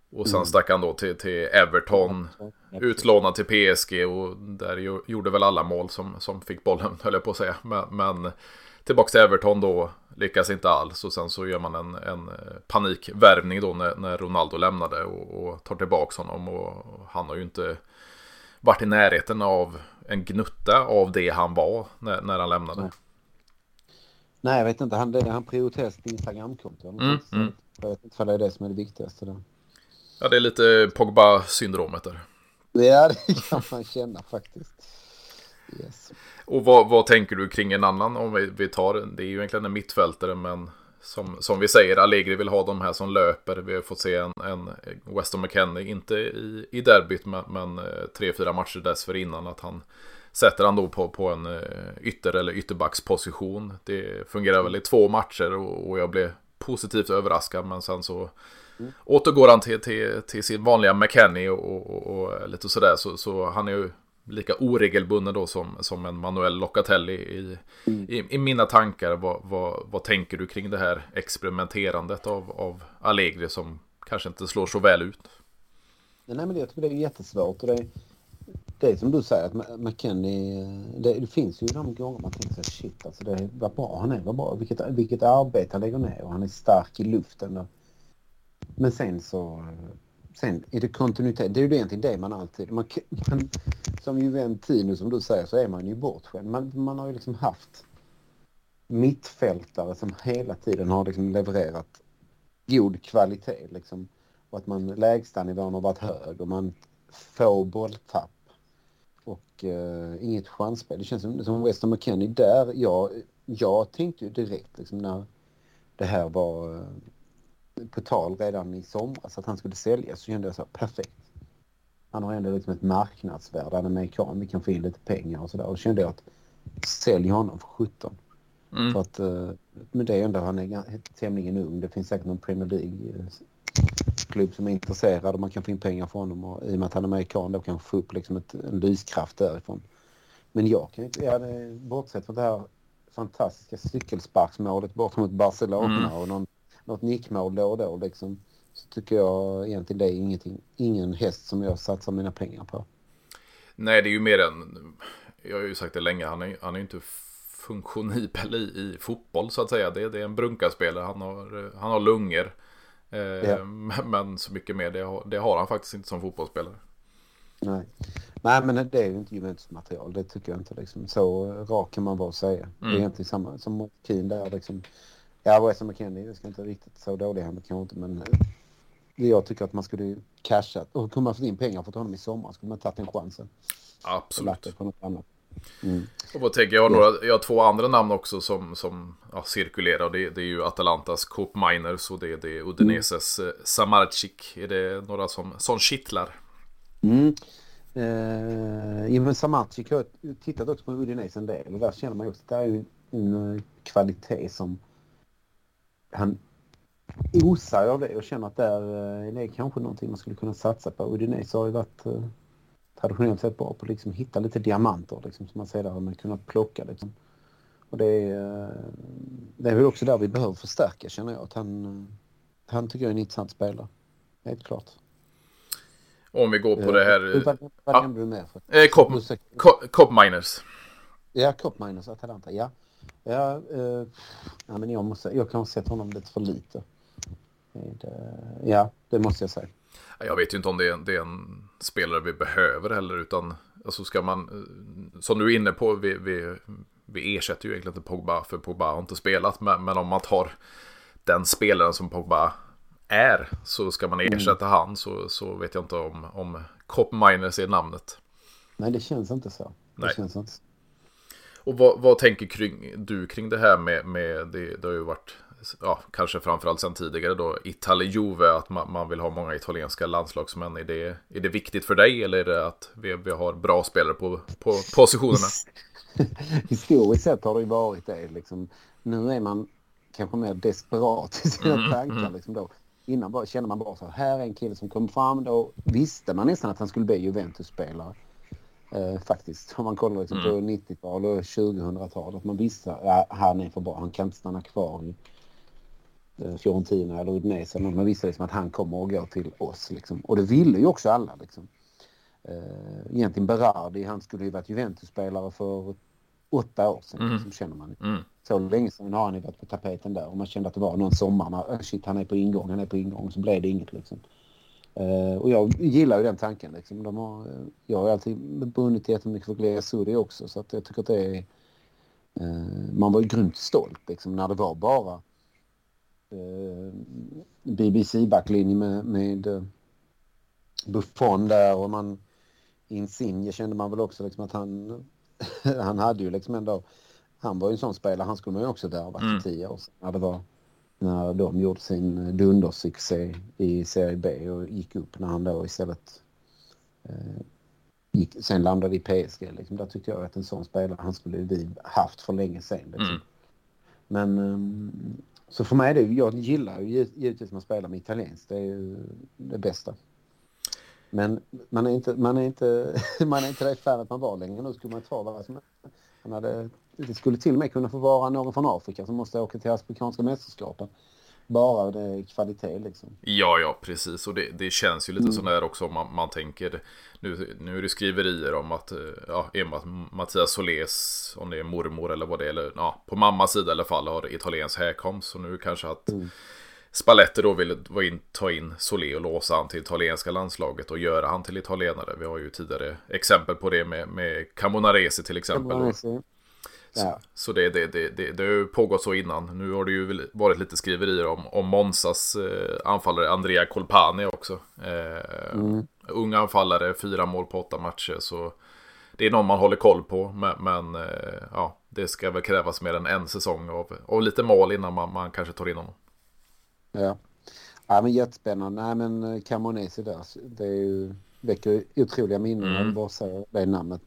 Och sen stack han då till Everton, utlånad till PSG, och där gjorde väl alla mål som fick bollen, höll jag på att säga. Men tillbaka till Everton då, lyckas inte alls. Och sen så gör man en panikvärvning då när Ronaldo lämnade och tar tillbaka honom. Och han har ju inte varit i närheten av en gnutta av det han var när han lämnade. Nej, jag vet inte. Han prioriterar sitt Instagram-konto. Jag vet inte om det är det som är det viktigaste där. Ja, det är lite Pogba-syndromet där. Ja, det kan man känna faktiskt. Yes. Och vad tänker du kring en annan, om vi tar, det är ju egentligen en mittfältare, men som vi säger, Allegri vill ha de här som löper. Vi har fått se en Weston McKennie, inte i derbyt, men 3-4 matcher dessförinnan, att han sätter han då på en eller ytterbacksposition. Det fungerar väl i 2 matcher och jag blev positivt överraskad, men sen så återgår han till sin vanliga McKennie och lite sådär, så han är ju lika oregelbunden då som en Manuel Locatelli i mina tankar. Vad tänker du kring det här experimenterandet av Allegri som kanske inte slår så väl ut? Nej, men jag tycker det är jättesvårt, och det är som du säger att McKennie, det finns ju de gånger man tänker sig shit, alltså det var bra han är, vad bra, vilket arbete han lägger ner, och han är stark i luften då. Men sen är det kontinuitet. Det är ju egentligen det man alltid... Man, som Juventino, som du säger, så är man ju bortskämd. Man har ju liksom haft mittfältare som hela tiden har liksom levererat god kvalitet. Liksom, och att lägsta nivån har varit hög och man får bolltapp och inget chansspel. Det känns som Weston McKennie där. Jag tänkte ju direkt liksom, när det här var... på tal redan i somras att han skulle säljas, så kände jag så här, perfekt. Han har ändå liksom ett marknadsvärde, han är amerikan, vi kan få in lite pengar och sådär. Och kände jag att sälja honom för 17. För att, men det är ändå, han är tämligen ung. Det finns säkert någon Premier League-klubb som är intresserad och man kan få in pengar för honom. Och i och med att han är amerikan då kan få upp liksom en lyskraft därifrån. Men jag kan inte, bortsett från det här fantastiska cykelsparksmålet bort mot Barcelona och något nickmål då och då liksom, så tycker jag egentligen det är ingen häst som jag satsar mina pengar på. Nej, det är ju mer jag har ju sagt det länge, han är ju inte funktionibel i fotboll så att säga. Det är en brunkarspelare, han har lungor, men så mycket mer det har han faktiskt inte som fotbollsspelare. Nej, men det är ju inte Juventus material, det tycker jag inte liksom. Så rak kan man bara säga. Det är egentligen samma som Keane där liksom. Ja, Weston McKennie, det ska inte riktigt så dålig han kanske inte, men jag tycker att man skulle casha och kunna få in pengar för att honom i sommar, skulle man tagit den chansen. Absolut. På något annat. Och vad tänker jag, jag har 2 andra namn också som cirkulerar, och det är ju Atalantas Coop Miners och det är Udineses Samardzic. Är det några som kittlar? Men Samardzic har tittat också på Udinese en del, och där känner man ju också att det är ju en kvalitet som han osar av det, och känner att det är kanske någonting man skulle kunna satsa på. Udinese har ju varit traditionellt sett bra på liksom hitta lite diamanter liksom, som man säger där, man kunnat plocka liksom. Och det är väl också där vi behöver förstärka, känner jag, att han tycker jag är en intressant spelare. Helt klart. Om vi går på det här... Vad nämnde du mer för? Coop Miners. Ja, Coop Miners, Atalanta, ja. Men jag kan ha sett honom lite för lite. Det måste jag säga. Jag vet ju inte om det är en spelare vi behöver heller, utan alltså ska man, som du är inne på, vi ersätter ju egentligen inte Pogba, för Pogba har inte spelat, men om man tar den spelaren som Pogba är, så ska man ersätta han, så vet jag inte om Coop Miners är namnet. Nej, det känns inte så. Det känns inte. Och vad tänker du kring det här med det har ju varit, kanske framförallt sen tidigare då, Italia-Juve, att man vill ha många italienska landslagsmän. Är det viktigt för dig, eller är det att vi har bra spelare på positionerna? Historiskt sett har det ju varit det liksom. Nu är man kanske mer desperat i sina tankar liksom då. Innan känner man bara så här är en kille som kom fram, då visste man nästan att han skulle bli Juventus-spelare. Faktiskt, om man kollar liksom på 90-tal och 2000-tal, att man visste att han är för bra, han kan inte stanna kvar Fiorentina eller Udinese. Men man visste liksom att han kommer att gå till oss. Liksom. Och det ville ju också alla. Liksom. Egentligen Berardi, han skulle ju varit Juventus-spelare för 8 år sedan. Liksom, känner man. Så länge sedan har han ju varit på tapeten där. Och man kände att det var någon sommar när shit, han är på ingång. Så blev det inget liksom. Och jag gillar ju den tanken liksom. Jag har alltid brunnit jättemycket för Glesuri också. Så att jag tycker att det är... man var ju grymt stolt liksom, när det var bara BBC-backlinje med Buffon där och Insigne kände man väl också liksom att han hade ju liksom ändå, han var ju en sån spelare, han skulle man ju också värva för 10 år sedan när de gjorde sin dundersuccé i Serie B och gick upp, när han då istället sen landade i PSG liksom. Där tyckte jag att en sån spelare han skulle vi haft för länge sedan liksom. Men så för mig är det, jag gillar ju givetvis man spelar med italienskt, det är ju det bästa. Men man är inte det fan att man var längre. Nu skulle man ta vad som det skulle till och med kunna få vara någon från Afrika som måste åka till afrikanska mästerskapen. Bara det är kvalitet liksom. Ja, precis. Och det känns ju lite sån där också om man tänker. Nu är det skriverier om att Mattias Solés, om det är mormor eller vad det är, eller på mammas sida i alla fall, har italiensk härkomst. Så nu kanske att Spalletti då vill ta in Solé och låsa han till italienska landslaget och göra han till italienare. Vi har ju tidigare exempel på det med Camonaresi till exempel. Så det har ju pågått så innan. Nu har det ju varit lite skriverier om Monzas anfallare Andrea Colpani också. Unga anfallare, 4 mål på 8 matcher. Så det är någon man håller koll på. Men det ska väl krävas mer än en säsong av lite mål innan man kanske tar in honom. Ja, men jättespännande. Nej, men Camonesi där, det är ju, väcker otroliga minnen av bara säga det namnet.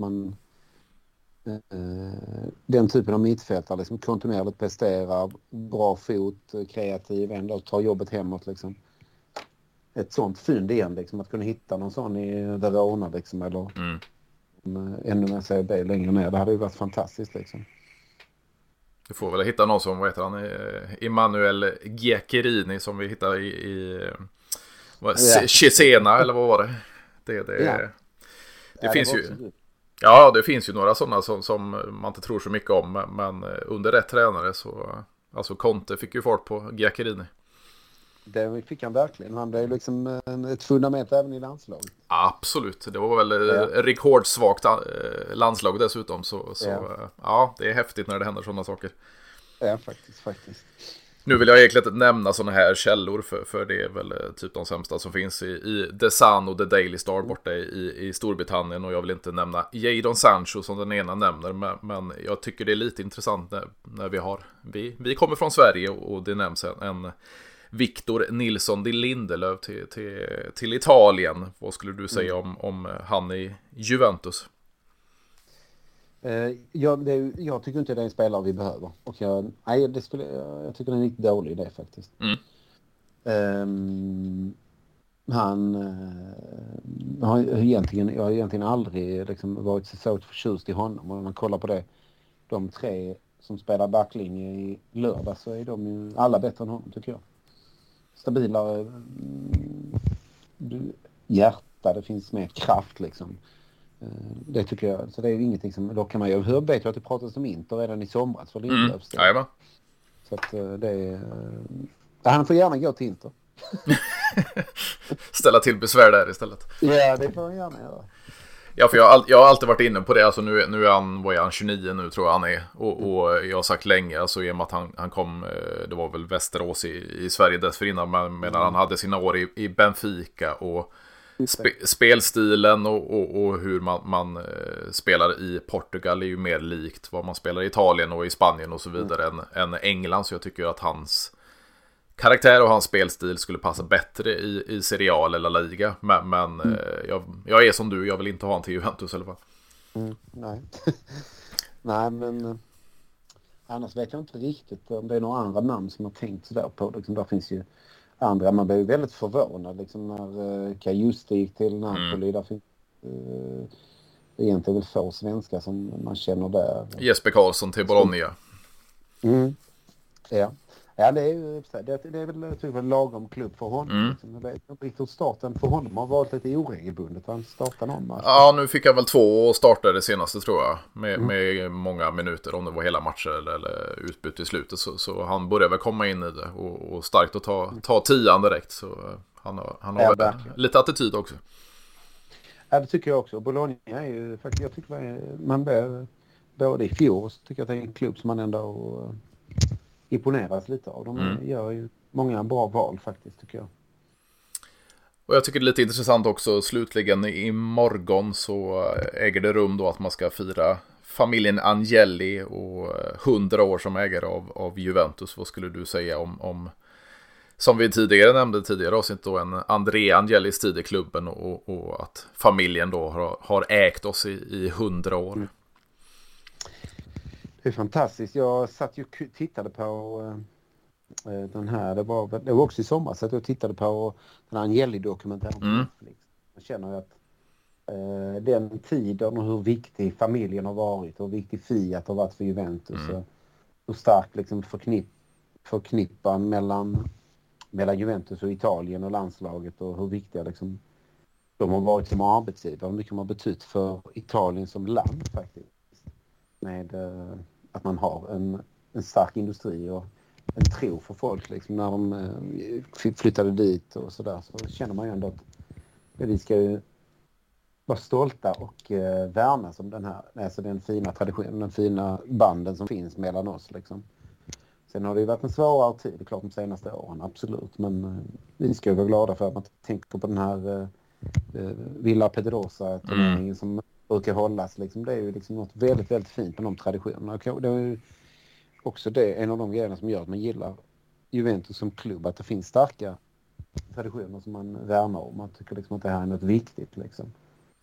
Den typen av mittfältare liksom kontinuerligt presterar, bra fot, kreativ, ändå tar jobbet hemåt liksom. Ett sånt fynd igen liksom, att kunna hitta någon sån i Verona liksom, eller ännu mer Serie B längre ner, det hade ju varit fantastiskt liksom. Du får väl hitta någon som, vad heter han, Emanuel Giaccherini som vi hittar i Cesena eller vad var det? Det finns ju. Ja, det finns ju några sådana som man inte tror så mycket om, men under rätt tränare så, alltså Conte fick ju fart på Giaccherini. Det fick han verkligen. Han blev liksom ett fundament även i landslaget. Absolut. Det var väl rekordsvagt landslag dessutom. Så det är häftigt när det händer sådana saker. Ja, faktiskt. Nu vill jag egentligen inte nämna sådana här källor för det är väl typ de sämsta som finns i The Sun och The Daily Star borta i Storbritannien, och jag vill inte nämna Jadon Sancho som den ena nämner, men jag tycker det är lite intressant när vi kommer från Sverige och det nämns en Victor Nilsson de Lindelöf till Italien. Vad skulle du säga om han i Juventus? Jag tycker inte det är en spelare vi behöver. Och jag tycker det är en riktigt dålig idé faktiskt. Han jag har egentligen aldrig liksom varit så förtjust i honom. Och om man kollar på det, de 3 som spelar backlinje i lördag, så är de ju alla bättre än honom tycker jag. Stabilare hjärta, det finns mer kraft liksom. Det tycker jag. Så det är ju ingenting som då kan man ju. Hur vet jag att det pratas om Inter redan i somras för Lindelöf. Jajamän. Så att det är han får gärna gå till Inter. Ställa till besvär där istället. Ja, det får han gärna göra. Ja, för jag har alltid varit inne på det. Alltså nu är han 29 nu tror jag han är. Och jag har sagt länge, alltså i och med att han kom, det var väl Västerås i Sverige dessförinnan, medan han hade sina år i Benfica och spelstilen och hur man spelar i Portugal är ju mer likt vad man spelar i Italien och i Spanien och så vidare än England, så jag tycker att hans karaktär och hans spelstil skulle passa bättre i Serie A eller La Liga, men jag är som du, jag vill inte ha han till Juventus i alla fall. Nej. Nej, men annars vet jag inte riktigt om det är några andra namn som har tänkt sådär på. Liksom, där finns ju andra, man blev ju väldigt förvånad liksom, när Cajuste gick till Napoli. Där finns egentligen väl få svenskar som man känner där. Jesper Karlsson till Bologna. Ja. Ja, det är ju det är väl typ en lagom klubb för honom. Mm. Liksom. Jag vet inte riktigt starten för honom har varit lite oregelbundet. Han startar någon match. Ja, nu fick han väl 2 starter det senaste tror jag. Med många minuter, om det var hela matcher eller utbyte i slutet. Så han börjar väl komma in i det. Och starkt att ta 10 direkt. Så han har väl lite attityd också. Ja, det tycker jag också. Bologna är ju faktiskt, jag tycker man bör, både i fjol så tycker jag att det är en klubb som man ändå imponeras lite av. De gör ju många bra val faktiskt, tycker jag. Och jag tycker det är lite intressant också, slutligen imorgon så äger det rum då att man ska fira familjen Agnelli och 100 år som ägare av Juventus. Vad skulle du säga om som vi nämnde tidigare avsnitt då, en Andrea Agnellis tid i klubben och att familjen då har ägt oss i 100 år. Det är fantastiskt. Jag satt ju och tittade på den här, det var också i sommar, så att jag tittade på den här Agnelli-dokumentären. Jag känner ju att den tiden och hur viktig familjen har varit och hur viktig Fiat har varit för Juventus och hur starkt liksom förknippan mellan Juventus och Italien och landslaget och hur viktiga liksom de har varit som arbetsgivare, hur mycket de har betytt för Italien som land faktiskt, med att man har en stark industri och en tro för folk liksom, när de flyttade dit och sådär, så känner man ju ändå att vi ska ju vara stolta och värna som den fina traditionen, den fina banden som finns mellan oss liksom. Sen har det ju varit en svårare tid, det är klart, de senaste åren, absolut. Men vi ska ju vara glada för att man tänker på den här Villa Pedrosa-turneringen som brukar hållas. Liksom. Det är ju liksom något väldigt, väldigt fint med de traditionerna. Det är ju också en av de grejerna som gör att man gillar Juventus som klubb, att det finns starka traditioner som man värnar om. Man tycker liksom att det här är något viktigt. Liksom.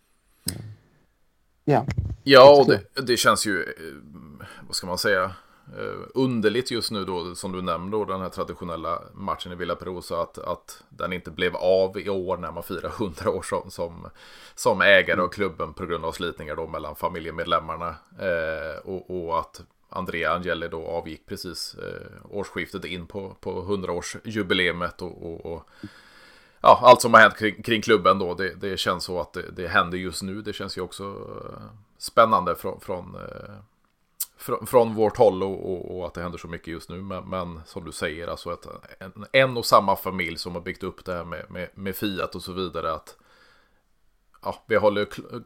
Ja, och det känns ju, vad ska man säga, underligt just nu då, som du nämnde då, den här traditionella matchen i Villa Perosa, att den inte blev av i år när man firar 100 år som ägare av klubben på grund av slitningar då mellan familjemedlemmarna, och att Andrea Agnelli då avgick precis årsskiftet in på 100-årsjubileumet och ja, allt som har hänt kring klubben då, det känns så att det händer just nu. Det känns ju också spännande från vårt håll och att det händer så mycket just nu. Men som du säger, alltså en och samma familj som har byggt upp det här med Fiat och så vidare, att ja, vi håller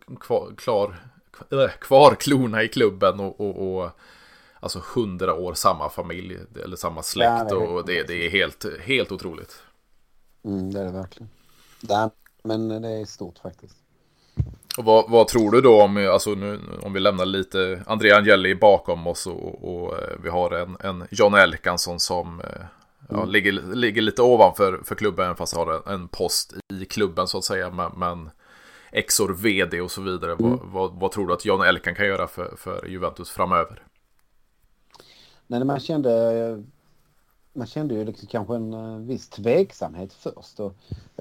kvar klorna i klubben och alltså 100 år samma familj eller samma släkt, och det är helt otroligt. Det är det verkligen. Ja, men det är stort faktiskt. Och vad tror du då om vi lämnar lite Andrea Agnelli bakom oss och vi har en John Elkanson som ligger lite ovanför klubben, fast har en post i klubben så att säga, men exor vd och så vidare. Vad tror du att John Elkan kan göra för Juventus framöver? Nej, man kände ju liksom kanske en viss tveksamhet först och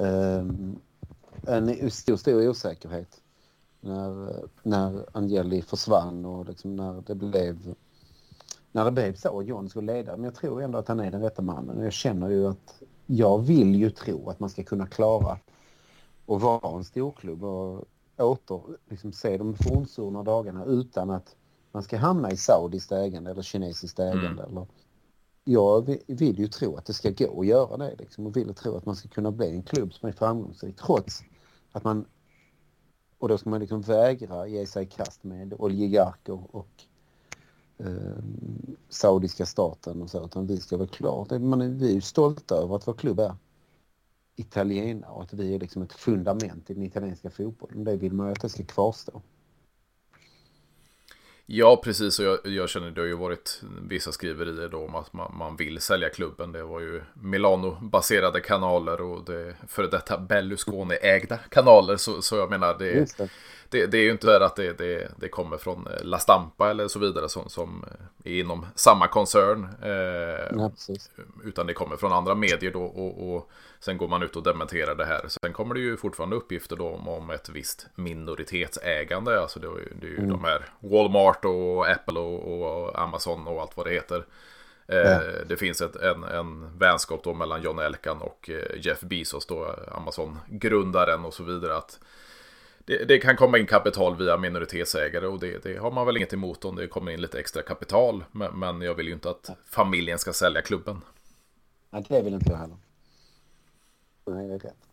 en stor osäkerhet när Agnelli försvann och liksom när det blev så och John skulle leda. Men jag tror ändå att han är den rätta mannen, och jag känner ju att jag vill ju tro att man ska kunna klara och vara en storklubb och liksom se de fornsvorna dagarna utan att man ska hamna i saudiskt ägande eller kinesiskt ägande. Eller, jag vill ju tro att det ska gå att göra det liksom, och vill tro att man ska kunna bli en klubb som är framgångsrik, trots att man, och då ska man liksom vägra ge sig i kast med oligarker och saudiska staten och så, utan vi ska vara klart. Vi är ju stolta över att vår klubb är italienare och att vi är liksom ett fundament i den italienska fotbollen. Det vill man ju att det ska kvarstå. Ja, precis, och jag känner det har ju varit vissa skriverier då om att man vill sälja klubben. Det var ju Milano-baserade kanaler och det före detta Berlusconi-ägda kanaler, så jag menar det är ju inte så att det kommer från La Stampa eller så vidare som är inom samma koncern, utan det kommer från andra medier då, och sen går man ut och dementerar det här. Sen kommer det ju fortfarande uppgifter då om ett visst minoritetsägande, alltså det är ju de här Walmart och Apple och Amazon och allt vad det heter, Det finns en vänskap då mellan John Elkann och Jeff Bezos då, Amazon-grundaren och så vidare, att det kan komma in kapital via minoritetsägare, och det har man väl inget emot om det kommer in lite extra kapital, men jag vill ju inte att familjen ska sälja klubben. Nej, det vill inte jag heller. Nej, det är rätt.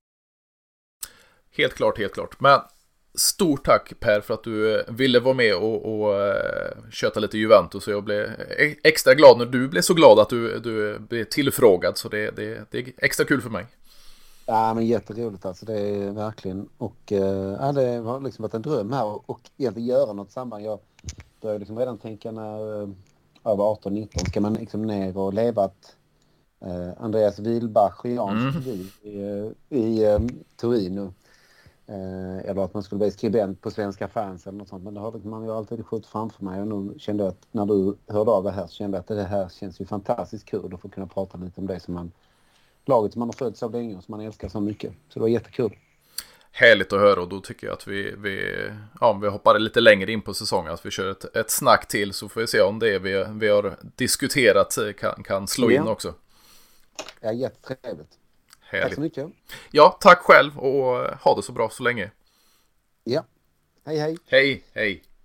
Helt klart. Men stort tack Per för att du ville vara med och köta lite Juventus, och jag blev extra glad när du blev så glad att du blev tillfrågad, så det är extra kul för mig. Ja, men jätteroligt alltså, det är verkligen. Och det har liksom varit en dröm här och egentligen göra något samband. Jag började liksom redan tänka när över 18-19 ska man liksom ner och leva att Andreas Wilbach och Jans i Torino. Eller att man skulle bli skribent på Svenska fans eller något sånt. Men det har man ju alltid skjutit framför mig, och nu kände jag att när du hörde av det här så kände jag att det här känns ju fantastiskt kul att få kunna prata lite om det som laget som man har följt så länge och som man älskar så mycket. Så det var jättekul. Härligt att höra, och då tycker jag att vi hoppar lite längre in på säsongen, att vi kör ett snack till, så får vi se om det vi har diskuterat kan slå in också. Ja, jättetrevligt. Härligt. Tack så mycket. Ja, tack själv, och ha det så bra så länge. Ja, hej. Hej.